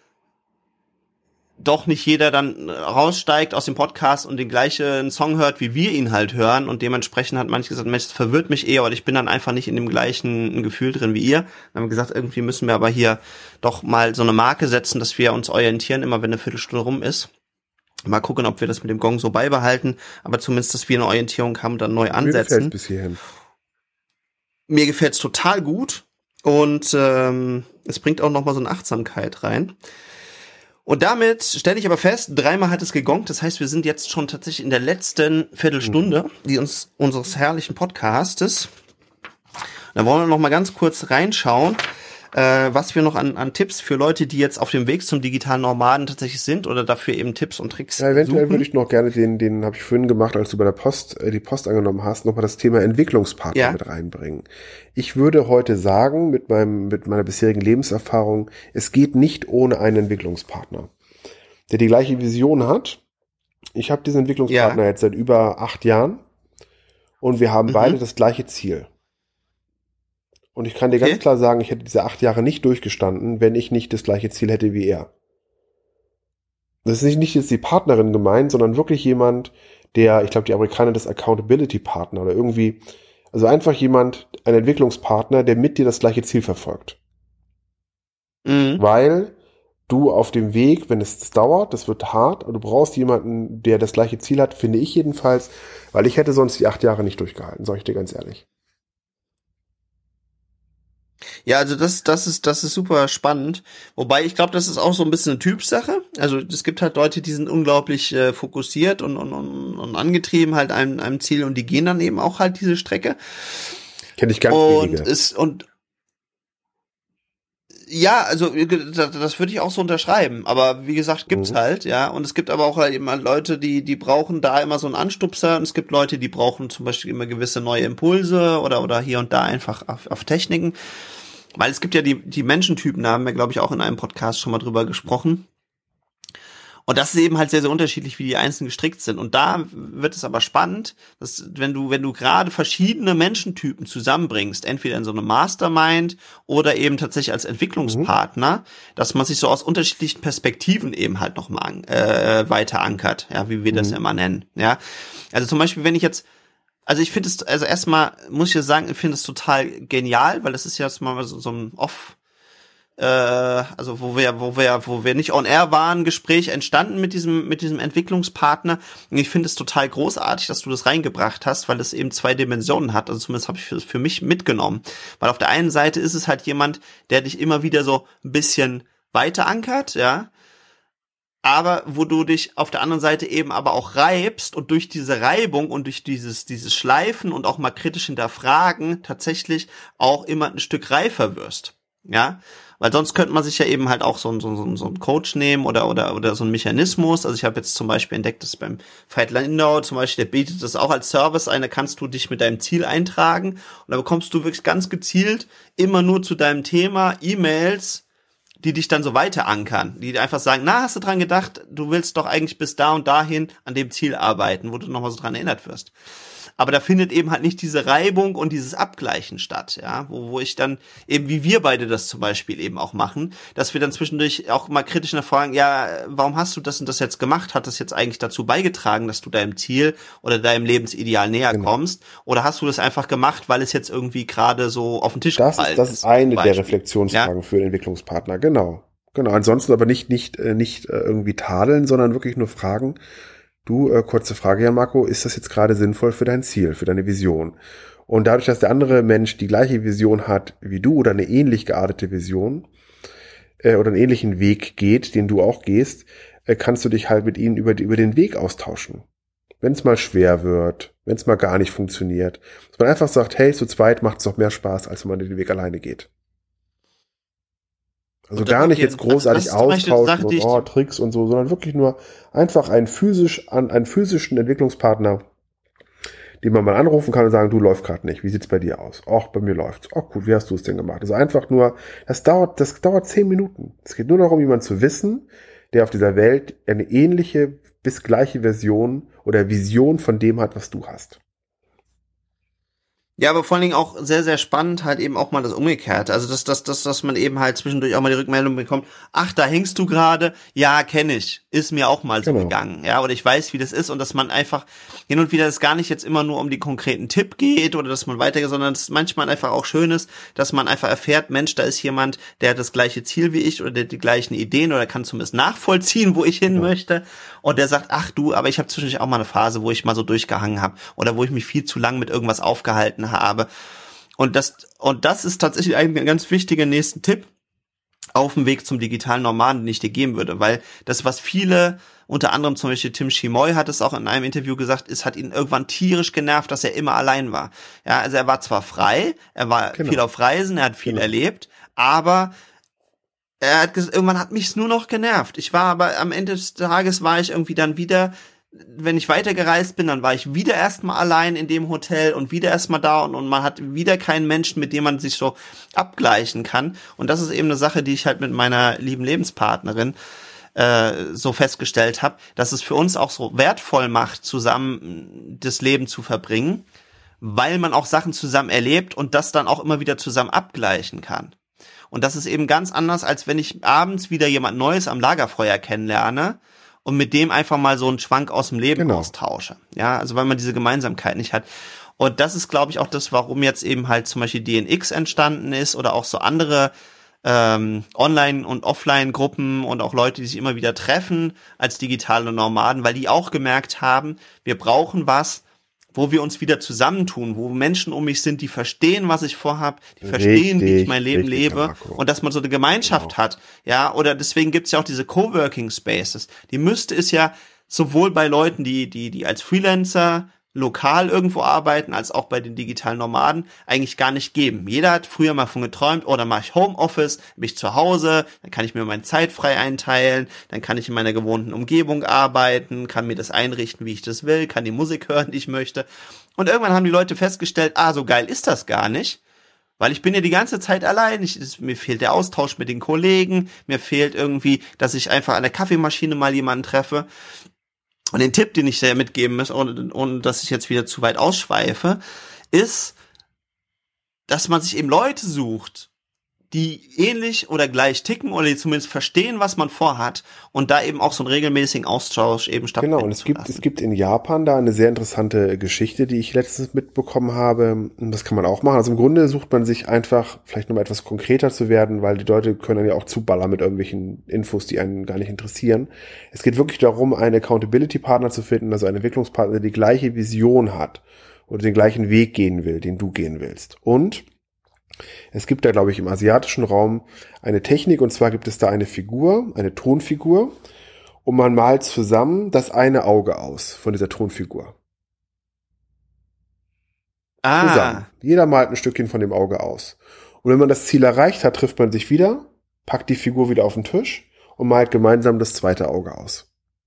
doch nicht jeder dann raussteigt aus dem Podcast und den gleichen Song hört, wie wir ihn halt hören. Und dementsprechend hat manche gesagt, Mensch, das verwirrt mich eher, oder ich bin dann einfach nicht in dem gleichen Gefühl drin wie ihr. Dann haben wir gesagt, irgendwie müssen wir aber hier doch mal so eine Marke setzen, dass wir uns orientieren, immer wenn eine Viertelstunde rum ist. Mal gucken, ob wir das mit dem Gong so beibehalten, aber zumindest, dass wir eine Orientierung haben, dann neu ansetzen. Mir gefällt's bis hierhin. Mir gefällt's total gut und es bringt auch nochmal so eine Achtsamkeit rein. Und damit stelle ich aber fest, 3-mal hat es gegongt, das heißt, wir sind jetzt schon tatsächlich in der letzten Viertelstunde unseres herrlichen Podcastes. Da wollen wir noch mal ganz kurz reinschauen, was wir noch an Tipps für Leute, die jetzt auf dem Weg zum digitalen Nomaden tatsächlich sind oder dafür eben Tipps und Tricks ja, eventuell suchen. würde ich noch gerne den habe ich vorhin gemacht, als du bei der Post die Post angenommen hast, nochmal das Thema Entwicklungspartner mit reinbringen. Ich würde heute sagen, mit meiner bisherigen Lebenserfahrung, es geht nicht ohne einen Entwicklungspartner, der die gleiche Vision hat. Ich habe diesen Entwicklungspartner jetzt seit über 8 Jahren und wir haben beide das gleiche Ziel. Und ich kann dir ganz klar sagen, ich hätte diese 8 Jahre nicht durchgestanden, wenn ich nicht das gleiche Ziel hätte wie er. Das ist nicht jetzt die Partnerin gemeint, sondern wirklich jemand, der, ich glaube, die Amerikaner das Accountability-Partner oder irgendwie, also einfach jemand, ein Entwicklungspartner, der mit dir das gleiche Ziel verfolgt. Weil du auf dem Weg, wenn es dauert, das wird hart, aber du brauchst jemanden, der das gleiche Ziel hat, finde ich jedenfalls, weil ich hätte sonst die 8 Jahre nicht durchgehalten, sage ich dir ganz ehrlich. Ja, also das ist super spannend. Wobei ich glaube, das ist auch so ein bisschen eine Typsache. Also es gibt halt Leute, die sind unglaublich fokussiert und angetrieben halt einem Ziel und die gehen dann eben auch halt diese Strecke. Kenne ich ganz wenige. Ja, also das würde ich auch so unterschreiben. Aber wie gesagt, gibt's halt, ja. Und es gibt aber auch halt eben Leute, die brauchen da immer so einen Anstupser. Und es gibt Leute, die brauchen zum Beispiel immer gewisse neue Impulse oder hier und da einfach auf Techniken. Weil es gibt ja die Menschentypen, da haben wir, glaube ich, auch in einem Podcast schon mal drüber gesprochen. Und das ist eben halt sehr, sehr unterschiedlich, wie die Einzelnen gestrickt sind. Und da wird es aber spannend, dass wenn du gerade verschiedene Menschentypen zusammenbringst, entweder in so einem Mastermind oder eben tatsächlich als Entwicklungspartner, dass man sich so aus unterschiedlichen Perspektiven eben halt nochmal weiter ankert, ja, wie wir das ja immer nennen, ja. Also zum Beispiel, wenn ich jetzt, also ich finde es, also erstmal muss ich ja sagen, ich finde es total genial, weil das ist ja jetzt mal so ein also wo wir nicht on air waren, Gespräch entstanden mit diesem Entwicklungspartner. Und ich finde es total großartig, dass du das reingebracht hast, weil es eben 2 Dimensionen hat. Also zumindest habe ich für mich mitgenommen. Weil auf der einen Seite ist es halt jemand, der dich immer wieder so ein bisschen weiter ankert, ja. Aber wo du dich auf der anderen Seite eben aber auch reibst und durch diese Reibung und durch dieses Schleifen und auch mal kritisch hinterfragen tatsächlich auch immer ein Stück reifer wirst, ja. Weil sonst könnte man sich ja eben halt auch so einen Coach nehmen oder so einen Mechanismus. Also ich habe jetzt zum Beispiel entdeckt, dass beim Veit Lindau zum Beispiel, der bietet das auch als Service ein, da kannst du dich mit deinem Ziel eintragen und da bekommst du wirklich ganz gezielt immer nur zu deinem Thema E-Mails, die dich dann so weiter ankern, die einfach sagen, na, hast du dran gedacht, du willst doch eigentlich bis da und dahin an dem Ziel arbeiten, wo du nochmal so dran erinnert wirst. Aber da findet eben halt nicht diese Reibung und dieses Abgleichen statt, ja, wo ich dann eben, wie wir beide das zum Beispiel eben auch machen, dass wir dann zwischendurch auch mal kritisch nachfragen, ja, warum hast du das und das jetzt gemacht? Hat das jetzt eigentlich dazu beigetragen, dass du deinem Ziel oder deinem Lebensideal näher kommst? Oder hast du das einfach gemacht, weil es jetzt irgendwie gerade so auf den Tisch gefallen ist? Das ist eine der Reflexionsfragen für den Entwicklungspartner, genau. Ansonsten aber nicht irgendwie tadeln, sondern wirklich nur fragen. Du, kurze Frage, Jan Marco, ist das jetzt gerade sinnvoll für dein Ziel, für deine Vision? Und dadurch, dass der andere Mensch die gleiche Vision hat wie du oder eine ähnlich geartete Vision oder einen ähnlichen Weg geht, den du auch gehst, kannst du dich halt mit ihnen über den Weg austauschen. Wenn es mal schwer wird, wenn es mal gar nicht funktioniert, dass man einfach sagt, hey, zu zweit macht es doch mehr Spaß, als wenn man den Weg alleine geht. Also gar nicht jetzt großartig austauschen und Tricks und so, sondern wirklich nur einfach einen physischen Entwicklungspartner, den man mal anrufen kann und sagen, du, läuft gerade nicht, wie sieht's bei dir aus? Ach, bei mir läuft's. Ach gut, wie hast du es denn gemacht? Also einfach nur, das dauert 10 Minuten. Es geht nur darum, jemanden zu wissen, der auf dieser Welt eine ähnliche bis gleiche Version oder Vision von dem hat, was du hast. Ja, aber vor allen Dingen auch sehr, sehr spannend halt eben auch mal das Umgekehrte. Also dass man eben halt zwischendurch auch mal die Rückmeldung bekommt, ach, da hängst du gerade, ja, kenne ich, ist mir auch mal so gegangen, ja, oder ich weiß, wie das ist und dass man einfach hin und wieder es gar nicht jetzt immer nur um die konkreten Tipp geht oder dass man weitergeht, sondern es manchmal einfach auch schön ist, dass man einfach erfährt, Mensch, da ist jemand, der hat das gleiche Ziel wie ich oder der hat die gleichen Ideen oder kann zumindest nachvollziehen, wo ich hin möchte und der sagt, ach du, aber ich habe zwischendurch auch mal eine Phase, wo ich mal so durchgehangen habe oder wo ich mich viel zu lang mit irgendwas aufgehalten habe. Und das ist tatsächlich ein ganz wichtiger nächsten Tipp. auf dem Weg zum digitalen Nomaden, den ich dir geben würde, weil das, was viele, unter anderem zum Beispiel Tim Schimoy hat es auch in einem Interview gesagt, es hat ihn irgendwann tierisch genervt, dass er immer allein war. Ja, also er war zwar frei, er war viel auf Reisen, er hat viel erlebt, aber er hat gesagt, irgendwann hat mich's nur noch genervt. Ich war aber am Ende des Tages war ich irgendwie dann wieder, wenn ich weitergereist bin, dann war ich wieder erstmal allein in dem Hotel und wieder erstmal da und man hat wieder keinen Menschen, mit dem man sich so abgleichen kann. Und das ist eben eine Sache, die ich halt mit meiner lieben Lebenspartnerin so festgestellt habe, dass es für uns auch so wertvoll macht, zusammen das Leben zu verbringen, weil man auch Sachen zusammen erlebt und das dann auch immer wieder zusammen abgleichen kann. Und das ist eben ganz anders, als wenn ich abends wieder jemand Neues am Lagerfeuer kennenlerne und mit dem einfach mal so einen Schwank aus dem Leben austausche. Ja, also weil man diese Gemeinsamkeit nicht hat. Und das ist, glaube ich, auch das, warum jetzt eben halt zum Beispiel DNX entstanden ist oder auch so andere Online- und Offline-Gruppen und auch Leute, die sich immer wieder treffen als digitale Nomaden, weil die auch gemerkt haben, wir brauchen was, wo wir uns wieder zusammentun, wo Menschen um mich sind, die verstehen, was ich vorhab, die verstehen, wie ich mein Leben lebe, Marco. Und dass man so eine Gemeinschaft hat, ja, oder deswegen gibt's ja auch diese Coworking Spaces. Die müsste es ja sowohl bei Leuten, die als Freelancer lokal irgendwo arbeiten, als auch bei den digitalen Nomaden eigentlich gar nicht geben. Jeder hat früher mal von geträumt, oh, dann mache ich Homeoffice, bin ich zu Hause, dann kann ich mir meine Zeit frei einteilen, dann kann ich in meiner gewohnten Umgebung arbeiten, kann mir das einrichten, wie ich das will, kann die Musik hören, die ich möchte. Und irgendwann haben die Leute festgestellt, so geil ist das gar nicht, weil ich bin ja die ganze Zeit allein, mir fehlt der Austausch mit den Kollegen, mir fehlt irgendwie, dass ich einfach an der Kaffeemaschine mal jemanden treffe. Und den Tipp, den ich sehr mitgeben muss, ohne dass ich jetzt wieder zu weit ausschweife, ist, dass man sich eben Leute sucht, die ähnlich oder gleich ticken oder die zumindest verstehen, was man vorhat und da eben auch so einen regelmäßigen Austausch eben stattfinden. Genau, und es gibt in Japan da eine sehr interessante Geschichte, die ich letztens mitbekommen habe. Und das kann man auch machen. Also im Grunde sucht man sich einfach, vielleicht nochmal etwas konkreter zu werden, weil die Leute können dann ja auch zuballern mit irgendwelchen Infos, die einen gar nicht interessieren. Es geht wirklich darum, einen Accountability-Partner zu finden, also einen Entwicklungspartner, der die gleiche Vision hat oder den gleichen Weg gehen will, den du gehen willst. Und es gibt da, glaube ich, im asiatischen Raum eine Technik, und zwar gibt es da eine Figur, eine Tonfigur, und man malt zusammen das eine Auge aus von dieser Tonfigur. Zusammen. Jeder malt ein Stückchen von dem Auge aus. Und wenn man das Ziel erreicht hat, trifft man sich wieder, packt die Figur wieder auf den Tisch und malt gemeinsam das zweite Auge aus.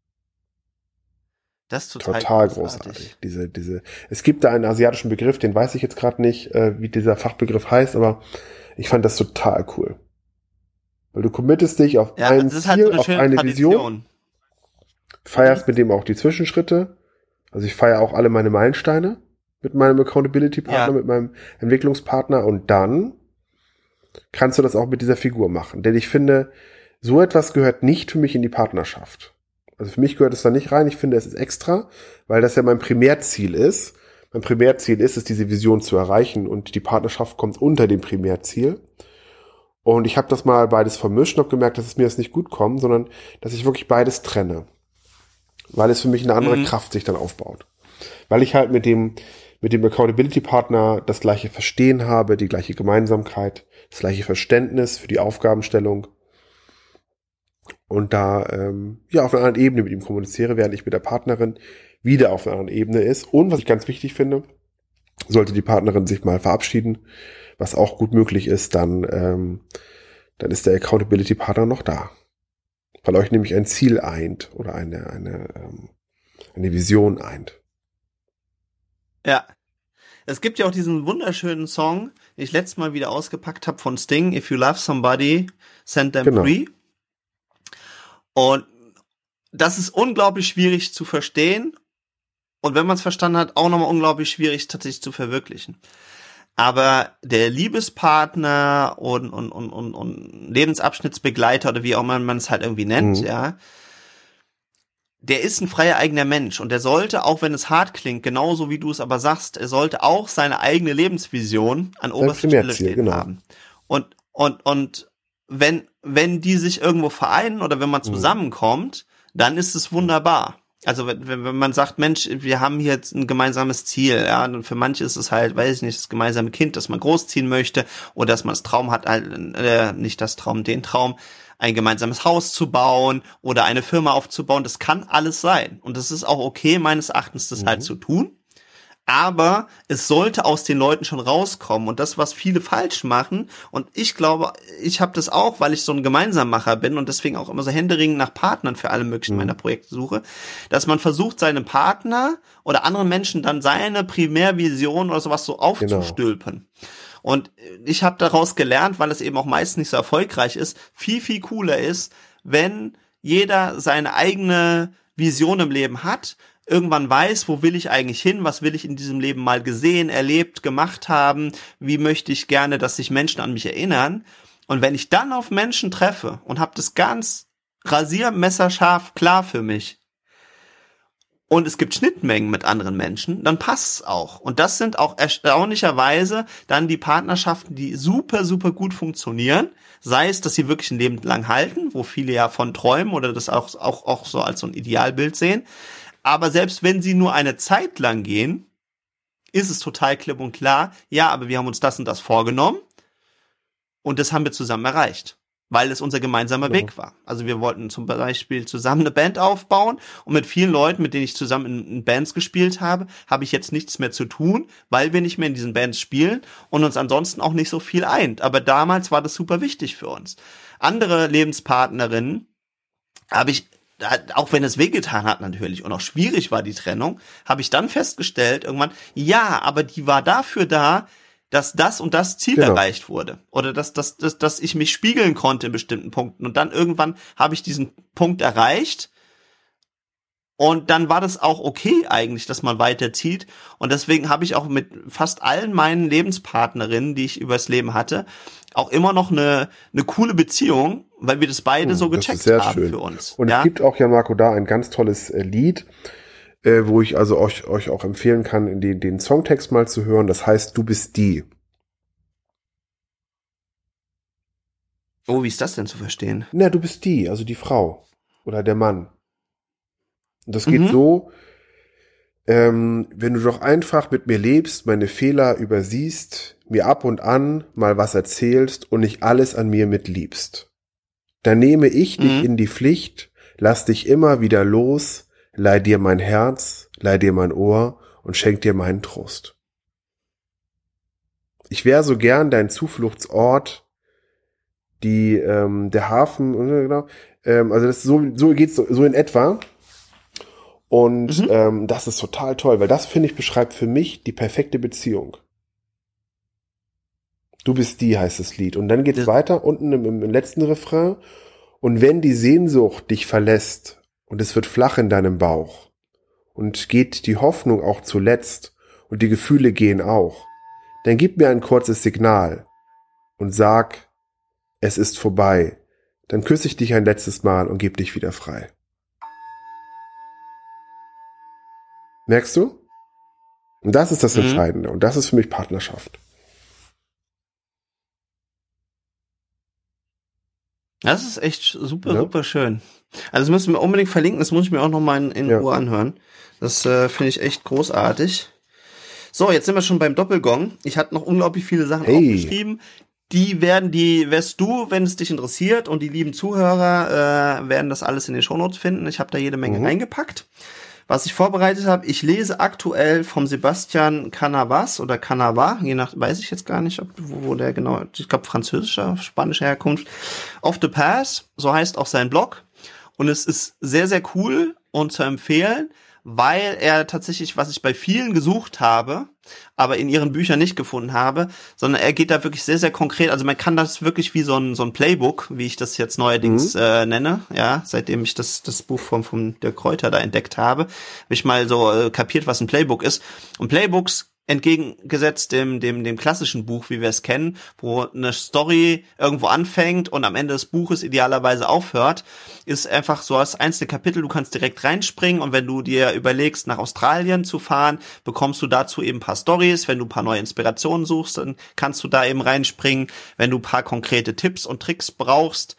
Das ist total großartig. Es gibt da einen asiatischen Begriff, den weiß ich jetzt gerade nicht, wie dieser Fachbegriff heißt, aber ich fand das total cool. Weil du committest dich auf ein Ziel, halt so auf eine Vision, feierst mit dem auch die Zwischenschritte. Also ich feiere auch alle meine Meilensteine mit meinem Accountability-Partner, mit meinem Entwicklungspartner, und dann kannst du das auch mit dieser Figur machen. Denn ich finde, so etwas gehört nicht für mich in die Partnerschaft. Also für mich gehört es da nicht rein. Ich finde, es ist extra, weil das ja mein Primärziel ist. Mein Primärziel ist es, diese Vision zu erreichen, und die Partnerschaft kommt unter dem Primärziel. Und ich habe das mal beides vermischt und habe gemerkt, dass es mir das nicht gut kommt, sondern dass ich wirklich beides trenne. Weil es für mich eine andere Kraft sich dann aufbaut. Weil ich halt mit dem Accountability-Partner das gleiche Verstehen habe, die gleiche Gemeinsamkeit, das gleiche Verständnis für die Aufgabenstellung. Und da auf einer anderen Ebene mit ihm kommuniziere, während ich mit der Partnerin wieder auf einer anderen Ebene ist. Und was ich ganz wichtig finde, sollte die Partnerin sich mal verabschieden, was auch gut möglich ist, dann ist der Accountability-Partner noch da. Weil euch nämlich ein Ziel eint oder eine Vision eint. Ja. Es gibt ja auch diesen wunderschönen Song, den ich letztes Mal wieder ausgepackt habe von Sting, If You Love Somebody, Send Them Free. Und das ist unglaublich schwierig zu verstehen und wenn man es verstanden hat, auch nochmal unglaublich schwierig tatsächlich zu verwirklichen. Aber der Liebespartner und Lebensabschnittsbegleiter oder wie auch immer man es halt irgendwie nennt, ja, der ist ein freier eigener Mensch und der sollte, auch wenn es hart klingt, genauso wie du es aber sagst, er sollte auch seine eigene Lebensvision an oberster Stelle stehen haben. Und wenn die sich irgendwo vereinen oder wenn man zusammenkommt, dann ist es wunderbar. Also wenn man sagt, Mensch, wir haben hier jetzt ein gemeinsames Ziel, ja, und für manche ist es halt, weiß ich nicht, das gemeinsame Kind, das man großziehen möchte, oder dass man das Traum hat, nicht das Traum, den Traum, ein gemeinsames Haus zu bauen oder eine Firma aufzubauen, das kann alles sein. Und das ist auch okay, meines Erachtens, das halt zu tun. Aber es sollte aus den Leuten schon rauskommen. Und das, was viele falsch machen, und ich glaube, ich habe das auch, weil ich so ein Gemeinsammacher bin und deswegen auch immer so händeringend nach Partnern für alle möglichen meiner Projekte suche, dass man versucht, seinem Partner oder anderen Menschen dann seine Primärvision oder sowas so aufzustülpen. Genau. Und ich habe daraus gelernt, weil es eben auch meist nicht so erfolgreich ist, viel, viel cooler ist, wenn jeder seine eigene Vision im Leben hat, irgendwann weiß, wo will ich eigentlich hin, was will ich in diesem Leben mal gesehen, erlebt, gemacht haben, wie möchte ich gerne, dass sich Menschen an mich erinnern. Und wenn ich dann auf Menschen treffe und habe das ganz rasiermesserscharf klar für mich und es gibt Schnittmengen mit anderen Menschen, dann passt es auch. Und das sind auch erstaunlicherweise dann die Partnerschaften, die super, super gut funktionieren. Sei es, dass sie wirklich ein Leben lang halten, wo viele ja von träumen oder das auch so als so ein Idealbild sehen. Aber selbst wenn sie nur eine Zeit lang gehen, ist es total klipp und klar, ja, aber wir haben uns das und das vorgenommen und das haben wir zusammen erreicht, weil es unser gemeinsamer Weg war. Also wir wollten zum Beispiel zusammen eine Band aufbauen und mit vielen Leuten, mit denen ich zusammen in Bands gespielt habe, habe ich jetzt nichts mehr zu tun, weil wir nicht mehr in diesen Bands spielen und uns ansonsten auch nicht so viel eint. Aber damals war das super wichtig für uns. Andere Lebenspartnerinnen habe ich, auch wenn es wehgetan hat natürlich und auch schwierig war die Trennung, habe ich dann festgestellt irgendwann, ja, aber die war dafür da, dass das und das Ziel erreicht wurde oder dass ich mich spiegeln konnte in bestimmten Punkten und dann irgendwann habe ich diesen Punkt erreicht und dann war das auch okay eigentlich, dass man weiterzieht und deswegen habe ich auch mit fast allen meinen Lebenspartnerinnen, die ich übers Leben hatte, auch immer noch eine coole Beziehung, weil wir das beide so gecheckt haben schön. Für uns. Und es gibt auch, Jan-Marco, da ein ganz tolles Lied, wo ich also euch auch empfehlen kann, den Songtext mal zu hören. Das heißt, du bist die. Oh, wie ist das denn zu verstehen? Na, du bist die, also die Frau oder der Mann. Und das geht so, wenn du doch einfach mit mir lebst, meine Fehler übersiehst, mir ab und an mal was erzählst und nicht alles an mir mitliebst. Dann nehme ich dich in die Pflicht, lass dich immer wieder los, leih dir mein Herz, leih dir mein Ohr und schenk dir meinen Trost. Ich wär so gern dein Zufluchtsort, der Hafen, genau, also das so geht's so in etwa. Und das ist total toll, weil das, finde ich, beschreibt für mich die perfekte Beziehung. Du bist die, heißt das Lied. Und dann geht's weiter, unten im letzten Refrain. Und wenn die Sehnsucht dich verlässt und es wird flach in deinem Bauch und geht die Hoffnung auch zuletzt und die Gefühle gehen auch, dann gib mir ein kurzes Signal und sag, es ist vorbei. Dann küsse ich dich ein letztes Mal und geb dich wieder frei. Merkst du? Und das ist das Entscheidende. Und das ist für mich Partnerschaft. Das ist echt super, super schön. Also das müssen wir unbedingt verlinken. Das muss ich mir auch noch mal in Ruhe anhören. Das finde ich echt großartig. So, jetzt sind wir schon beim Doppelgong. Ich hatte noch unglaublich viele Sachen aufgeschrieben. Die wirst du, wenn es dich interessiert, und die lieben Zuhörer werden das alles in den Shownotes finden. Ich habe da jede Menge reingepackt. Was ich vorbereitet habe, ich lese aktuell vom Sebastian Canavas oder Canava, je nach, weiß ich jetzt gar nicht, wo der genau, ich glaube französischer, spanischer Herkunft. Off the Pass, so heißt auch sein Blog. Und es ist sehr, sehr cool und zu empfehlen, weil er tatsächlich, was ich bei vielen gesucht habe, aber in ihren Büchern nicht gefunden habe, sondern er geht da wirklich sehr, sehr konkret, also man kann das wirklich wie so ein Playbook, wie ich das jetzt neuerdings nenne, ja, seitdem ich das Buch vom Dirk Kräuter da entdeckt habe ich mal so kapiert, was ein Playbook ist. Und Playbooks, entgegengesetzt dem klassischen Buch, wie wir es kennen, wo eine Story irgendwo anfängt und am Ende des Buches idealerweise aufhört, ist einfach so als einzelne Kapitel, du kannst direkt reinspringen und wenn du dir überlegst, nach Australien zu fahren, bekommst du dazu eben ein paar Stories. Wenn du ein paar neue Inspirationen suchst, dann kannst du da eben reinspringen. Wenn du ein paar konkrete Tipps und Tricks brauchst,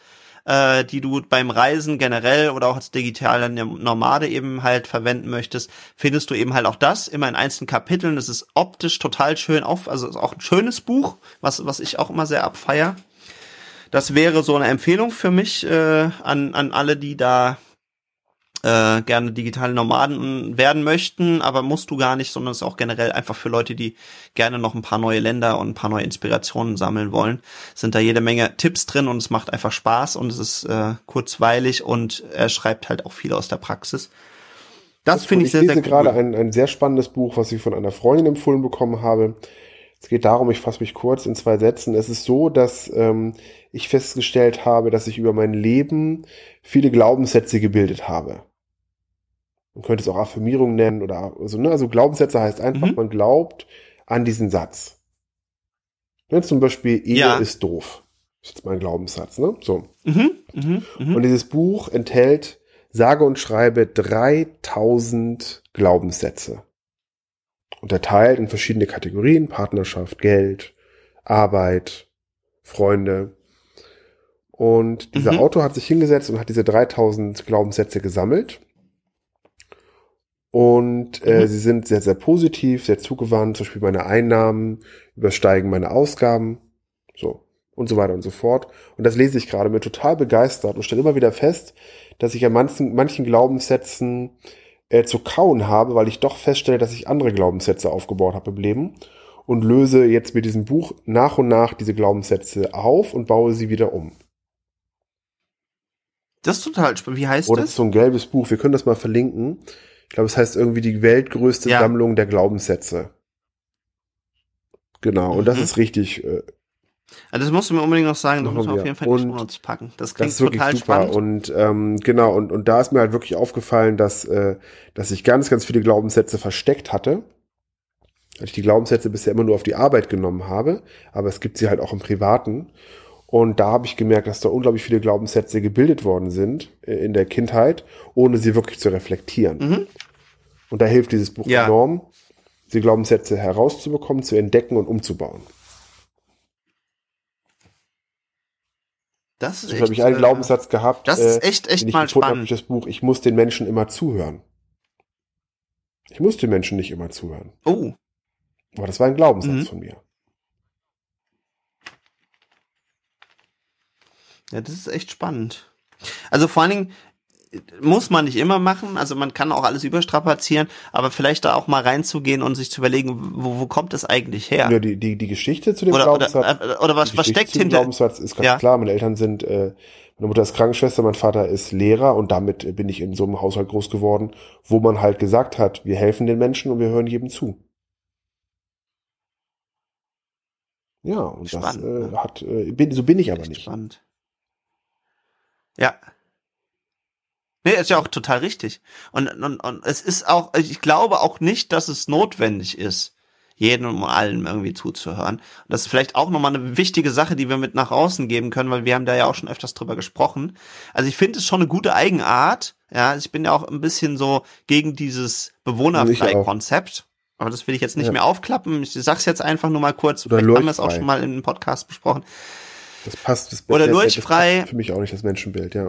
die du beim Reisen generell oder auch als digitaler Nomade eben halt verwenden möchtest, findest du eben halt auch das immer in einzelnen Kapiteln. Das ist optisch total schön also ist auch ein schönes Buch, was ich auch immer sehr abfeier. Das wäre so eine Empfehlung für mich an alle, die da gerne digitale Nomaden werden möchten, aber musst du gar nicht, sondern es ist auch generell einfach für Leute, die gerne noch ein paar neue Länder und ein paar neue Inspirationen sammeln wollen. Sind da jede Menge Tipps drin und es macht einfach Spaß und es ist kurzweilig und er schreibt halt auch viel aus der Praxis. Das finde ich sehr, sehr cool. Ich lese gerade ein sehr spannendes Buch, was ich von einer Freundin empfohlen bekommen habe. Es geht darum, ich fasse mich kurz in 2 Sätzen. Es ist so, dass ich festgestellt habe, dass ich über mein Leben viele Glaubenssätze gebildet habe. Man könnte es auch Affirmierung nennen oder so, ne? Also Glaubenssätze heißt einfach, man glaubt an diesen Satz. Ne? Zum Beispiel, Ego ist doof. Das ist jetzt mein Glaubenssatz, ne? So. Und dieses Buch enthält sage und schreibe 3000 Glaubenssätze. Unterteilt in verschiedene Kategorien: Partnerschaft, Geld, Arbeit, Freunde. Und dieser Autor hat sich hingesetzt und hat diese 3000 Glaubenssätze gesammelt. Und sie sind sehr, sehr positiv, sehr zugewandt. Zum Beispiel meine Einnahmen übersteigen meine Ausgaben. So. Und so weiter und so fort. Und das lese ich gerade, bin total begeistert und stelle immer wieder fest, dass ich an manchen Glaubenssätzen zu kauen habe, weil ich doch feststelle, dass ich andere Glaubenssätze aufgebaut habe im Leben und löse jetzt mit diesem Buch nach und nach diese Glaubenssätze auf und baue sie wieder um. Das ist total spannend. Wie heißt das? Das ist so ein gelbes Buch. Wir können das mal verlinken. Ich glaube, es heißt irgendwie die weltgrößte Sammlung der Glaubenssätze. Genau. Und das ist richtig. Also das musst du mir unbedingt noch sagen. Das müssen wir auf jeden Fall in die Shownotes packen. Das klingt total spannend. Und genau. Und da ist mir halt wirklich aufgefallen, dass ich ganz, ganz viele Glaubenssätze versteckt hatte. Weil ich die Glaubenssätze bisher immer nur auf die Arbeit genommen habe. Aber es gibt sie halt auch im Privaten. Und da habe ich gemerkt, dass da unglaublich viele Glaubenssätze gebildet worden sind in der Kindheit, ohne sie wirklich zu reflektieren. Und da hilft dieses Buch enorm, diese Glaubenssätze herauszubekommen, zu entdecken und umzubauen. Das ist echt, habe ich einen Glaubenssatz gehabt. Das ist echt mal spannend. Das Buch, ich muss den Menschen immer zuhören. Ich muss den Menschen nicht immer zuhören. Oh. Aber das war ein Glaubenssatz von mir. Ja, das ist echt spannend. Also vor allen Dingen muss man nicht immer machen, also man kann auch alles überstrapazieren, aber vielleicht da auch mal reinzugehen und sich zu überlegen, wo kommt das eigentlich her? Ja, die Geschichte zu dem Glaubenssatz. Oder was steckt hinter? Glaubenssatz ist ganz klar. Meine Eltern sind, meine Mutter ist Krankenschwester, mein Vater ist Lehrer und damit bin ich in so einem Haushalt groß geworden, wo man halt gesagt hat, wir helfen den Menschen und wir hören jedem zu. Ja, und spannend, so bin ich aber nicht. Spannend. Ja. Nee, ist ja auch total richtig. Und es ist auch, ich glaube auch nicht, dass es notwendig ist, jedem und allen irgendwie zuzuhören. Und das ist vielleicht auch nochmal eine wichtige Sache, die wir mit nach außen geben können, weil wir haben da ja auch schon öfters drüber gesprochen. Also ich finde es schon eine gute Eigenart. Ja, ich bin ja auch ein bisschen so gegen dieses Bewohnerfrei-Konzept. Aber das will ich jetzt nicht mehr aufklappen. Ich sag's jetzt einfach nur mal kurz. Oder vielleicht haben wir es auch schon mal in einem Podcast besprochen. Das passt. Oder lurchfrei. Das passt für mich auch nicht, das Menschenbild, ja.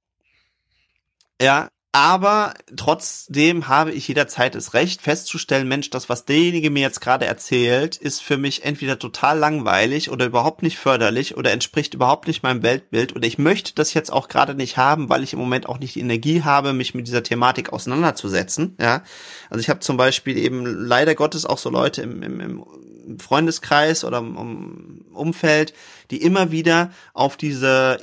Ja, aber trotzdem habe ich jederzeit das Recht festzustellen, Mensch, das, was derjenige mir jetzt gerade erzählt, ist für mich entweder total langweilig oder überhaupt nicht förderlich oder entspricht überhaupt nicht meinem Weltbild oder ich möchte das jetzt auch gerade nicht haben, weil ich im Moment auch nicht die Energie habe, mich mit dieser Thematik auseinanderzusetzen. Ja, also ich habe zum Beispiel eben leider Gottes auch so Leute im Freundeskreis oder im Umfeld, die immer wieder auf diese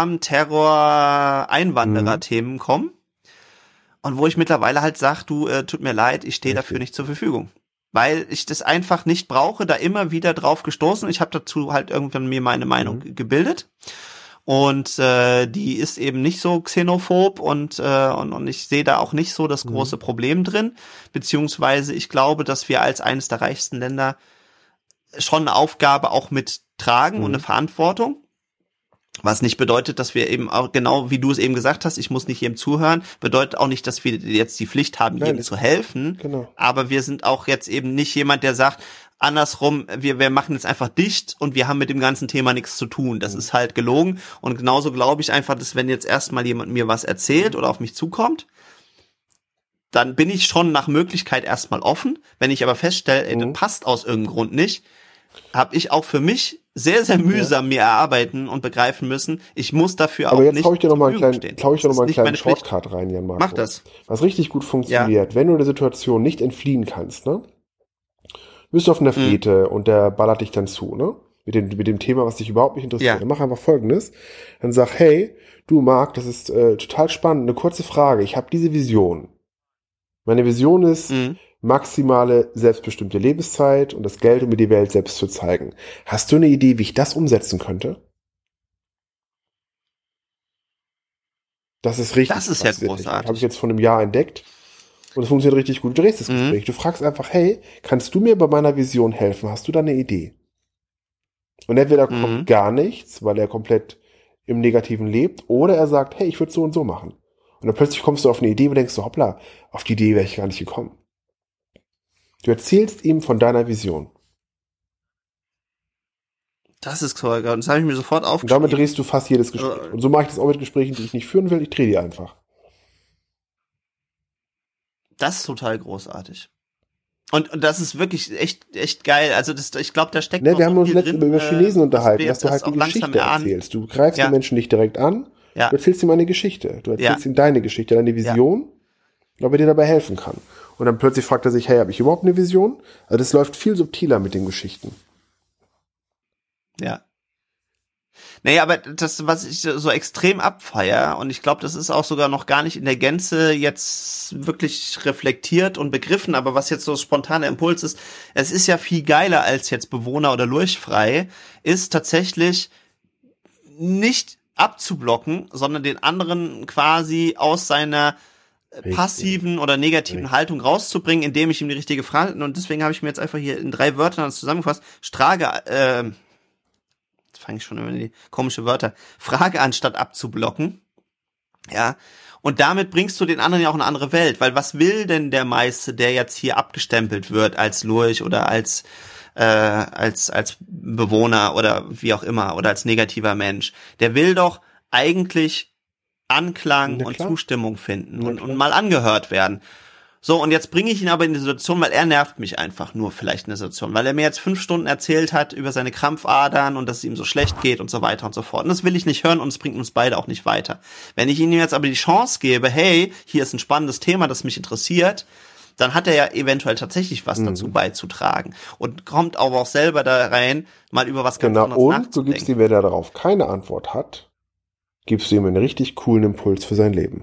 Islam-Terror-Einwanderer-Themen kommen. Und wo ich mittlerweile halt sage, du, tut mir leid, ich stehe dafür nicht zur Verfügung. Weil ich das einfach nicht brauche, da immer wieder drauf gestoßen. Ich habe dazu halt irgendwann mir meine Meinung gebildet. Und die ist eben nicht so xenophob und ich sehe da auch nicht so das große Problem drin. Beziehungsweise ich glaube, dass wir als eines der reichsten Länder schon eine Aufgabe auch mittragen und eine Verantwortung. Was nicht bedeutet, dass wir eben auch, genau wie du es eben gesagt hast, ich muss nicht jedem zuhören, bedeutet auch nicht, dass wir jetzt die Pflicht haben, jedem zu helfen. Genau. Aber wir sind auch jetzt eben nicht jemand, der sagt, andersrum, wir machen jetzt einfach dicht und wir haben mit dem ganzen Thema nichts zu tun. Das ist halt gelogen. Und genauso glaube ich einfach, dass wenn jetzt erstmal jemand mir was erzählt oder auf mich zukommt, dann bin ich schon nach Möglichkeit erstmal offen. Wenn ich aber feststelle, das passt aus irgendeinem Grund nicht, habe ich auch für mich sehr, sehr mühsam mir erarbeiten und begreifen müssen. Ich muss dafür aber auch jetzt nicht hau ich dir noch mal zur einen kleinen Pflicht. Shortcut rein, Jan Marco. Mach das. Was richtig gut funktioniert, wenn du in der Situation nicht entfliehen kannst, ne? Bist du auf einer Fete und der ballert dich dann zu, ne? Mit dem Thema, was dich überhaupt nicht interessiert. Ja. Dann mach einfach Folgendes. Dann sag, hey, du Marc, das ist total spannend. Eine kurze Frage. Ich habe diese Vision. Meine Vision ist, maximale selbstbestimmte Lebenszeit und das Geld, um mir die Welt selbst zu zeigen. Hast du eine Idee, wie ich das umsetzen könnte? Das ist richtig. Das ist ja großartig. Habe ich jetzt vor einem Jahr entdeckt. Und es funktioniert richtig gut. Du drehst das Gespräch. Du fragst einfach, hey, kannst du mir bei meiner Vision helfen? Hast du da eine Idee? Und entweder kommt gar nichts, weil er komplett im Negativen lebt, oder er sagt, hey, ich würde so und so machen. Und dann plötzlich kommst du auf eine Idee und denkst so, hoppla, auf die Idee wäre ich gar nicht gekommen. Du erzählst ihm von deiner Vision. Das ist toll, und das habe ich mir sofort Und aufgeschrieben. damit drehst du fast jedes Gespräch. Und so mache ich das auch mit Gesprächen, die ich nicht führen will. Ich drehe die einfach. Das ist total großartig. Und das ist wirklich echt geil. Also ich glaube, da steckt Ne, noch wir so haben uns viel letztens drin, über Chinesen unterhalten, wir dass du das halt die auch langsam Geschichte erahnen. erzählst. Du greifst den Menschen nicht direkt an, du erzählst ihm eine Geschichte. Du erzählst ihm deine Geschichte, deine Vision, ob er dir dabei helfen kann. Und dann plötzlich fragt er sich, hey, habe ich überhaupt eine Vision? Also das läuft viel subtiler mit den Geschichten. Ja. Nee, aber das, was ich so extrem abfeier, und ich glaube, das ist auch sogar noch gar nicht in der Gänze jetzt wirklich reflektiert und begriffen, aber was jetzt so spontaner Impuls ist, es ist ja viel geiler als jetzt Bewohner oder Lurchfrei, ist tatsächlich nicht abzublocken, sondern den anderen quasi aus seiner passiven oder negativen Haltung rauszubringen, indem ich ihm die richtige Frage, und deswegen habe ich mir jetzt einfach hier in 3 Wörtern das zusammengefasst, jetzt fange ich schon immer die komische Wörter, Frage anstatt abzublocken, ja, und damit bringst du den anderen ja auch in eine andere Welt, weil was will denn der Meiste, der jetzt hier abgestempelt wird als Lurch oder als Bewohner oder wie auch immer oder als negativer Mensch, der will doch eigentlich Anklang und Zustimmung finden und mal angehört werden. So, und jetzt bringe ich ihn aber in die Situation, weil er nervt mich einfach nur vielleicht in der Situation, weil er mir jetzt 5 Stunden erzählt hat über seine Krampfadern und dass es ihm so schlecht geht und so weiter und so fort. Und das will ich nicht hören und es bringt uns beide auch nicht weiter. Wenn ich ihm jetzt aber die Chance gebe, hey, hier ist ein spannendes Thema, das mich interessiert, dann hat er ja eventuell tatsächlich was dazu beizutragen und kommt aber auch selber da rein, mal über was ganz anderes nachzudenken. Und du gibst ihm, wenn er darauf keine Antwort hat, gibst du ihm einen richtig coolen Impuls für sein Leben.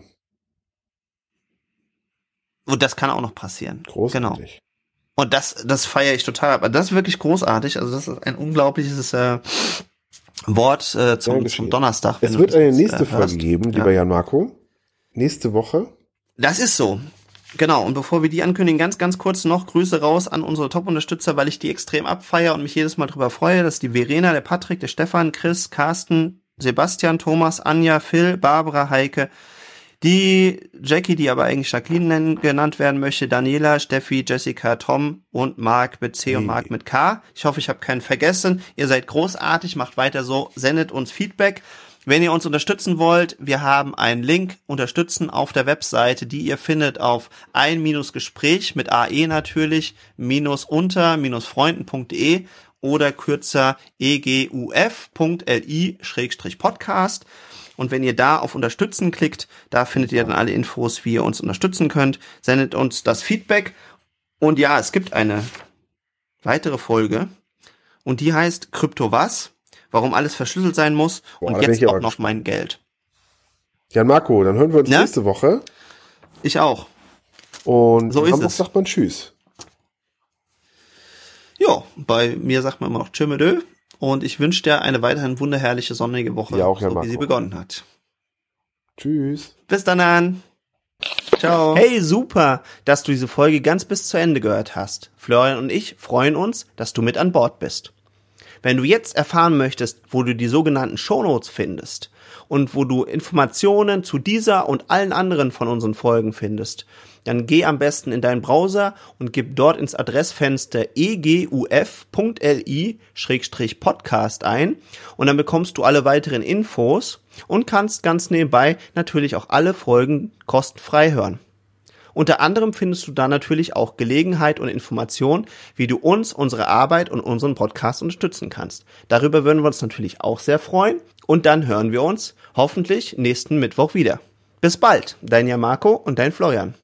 Und das kann auch noch passieren. Großartig. Genau. Und das feiere ich total. Aber das ist wirklich großartig. Also das ist ein unglaubliches Wort zum Donnerstag. Es wird eine nächste Folge geben, lieber Jan Marco. Nächste Woche. Das ist so. Genau, und bevor wir die ankündigen, ganz, ganz kurz noch Grüße raus an unsere Top-Unterstützer, weil ich die extrem abfeiere und mich jedes Mal drüber freue. Das ist die Verena, der Patrick, der Stefan, Chris, Carsten, Sebastian, Thomas, Anja, Phil, Barbara, Heike, die Jackie, die aber eigentlich Jacqueline genannt werden möchte, Daniela, Steffi, Jessica, Tom und Marc mit C und Marc mit K. Ich hoffe, ich habe keinen vergessen. Ihr seid großartig, macht weiter so, sendet uns Feedback. Wenn ihr uns unterstützen wollt, wir haben einen Link unterstützen auf der Webseite, die ihr findet auf ein-gespräch mit AE natürlich, -unter-freunden.de oder kürzer eguf.li/podcast. Und wenn ihr da auf Unterstützen klickt, da findet ihr dann alle Infos, wie ihr uns unterstützen könnt. Sendet uns das Feedback. Und ja, es gibt eine weitere Folge und die heißt Krypto was? Warum alles verschlüsselt sein muss und jetzt auch noch mein Geld. Jan Marco, dann hören wir uns nächste Woche. Ich auch. Und so in Hamburg sagt man Tschüss. Ja, bei mir sagt man immer noch Tschüss. Und ich wünsche dir eine weiterhin wunderherrliche, sonnige Woche, ja, auch, so wie sie begonnen hat. Tschüss. Bis dann. Ciao. Hey, super, dass du diese Folge ganz bis zu Ende gehört hast. Florian und ich freuen uns, dass du mit an Bord bist. Wenn du jetzt erfahren möchtest, wo du die sogenannten Shownotes findest und wo du Informationen zu dieser und allen anderen von unseren Folgen findest, dann geh am besten in deinen Browser und gib dort ins Adressfenster eguf.li/podcast ein und dann bekommst du alle weiteren Infos und kannst ganz nebenbei natürlich auch alle Folgen kostenfrei hören. Unter anderem findest du da natürlich auch Gelegenheit und Information, wie du uns, unsere Arbeit und unseren Podcast unterstützen kannst. Darüber würden wir uns natürlich auch sehr freuen und dann hören wir uns hoffentlich nächsten Mittwoch wieder. Bis bald, dein Jan Marco und dein Florian.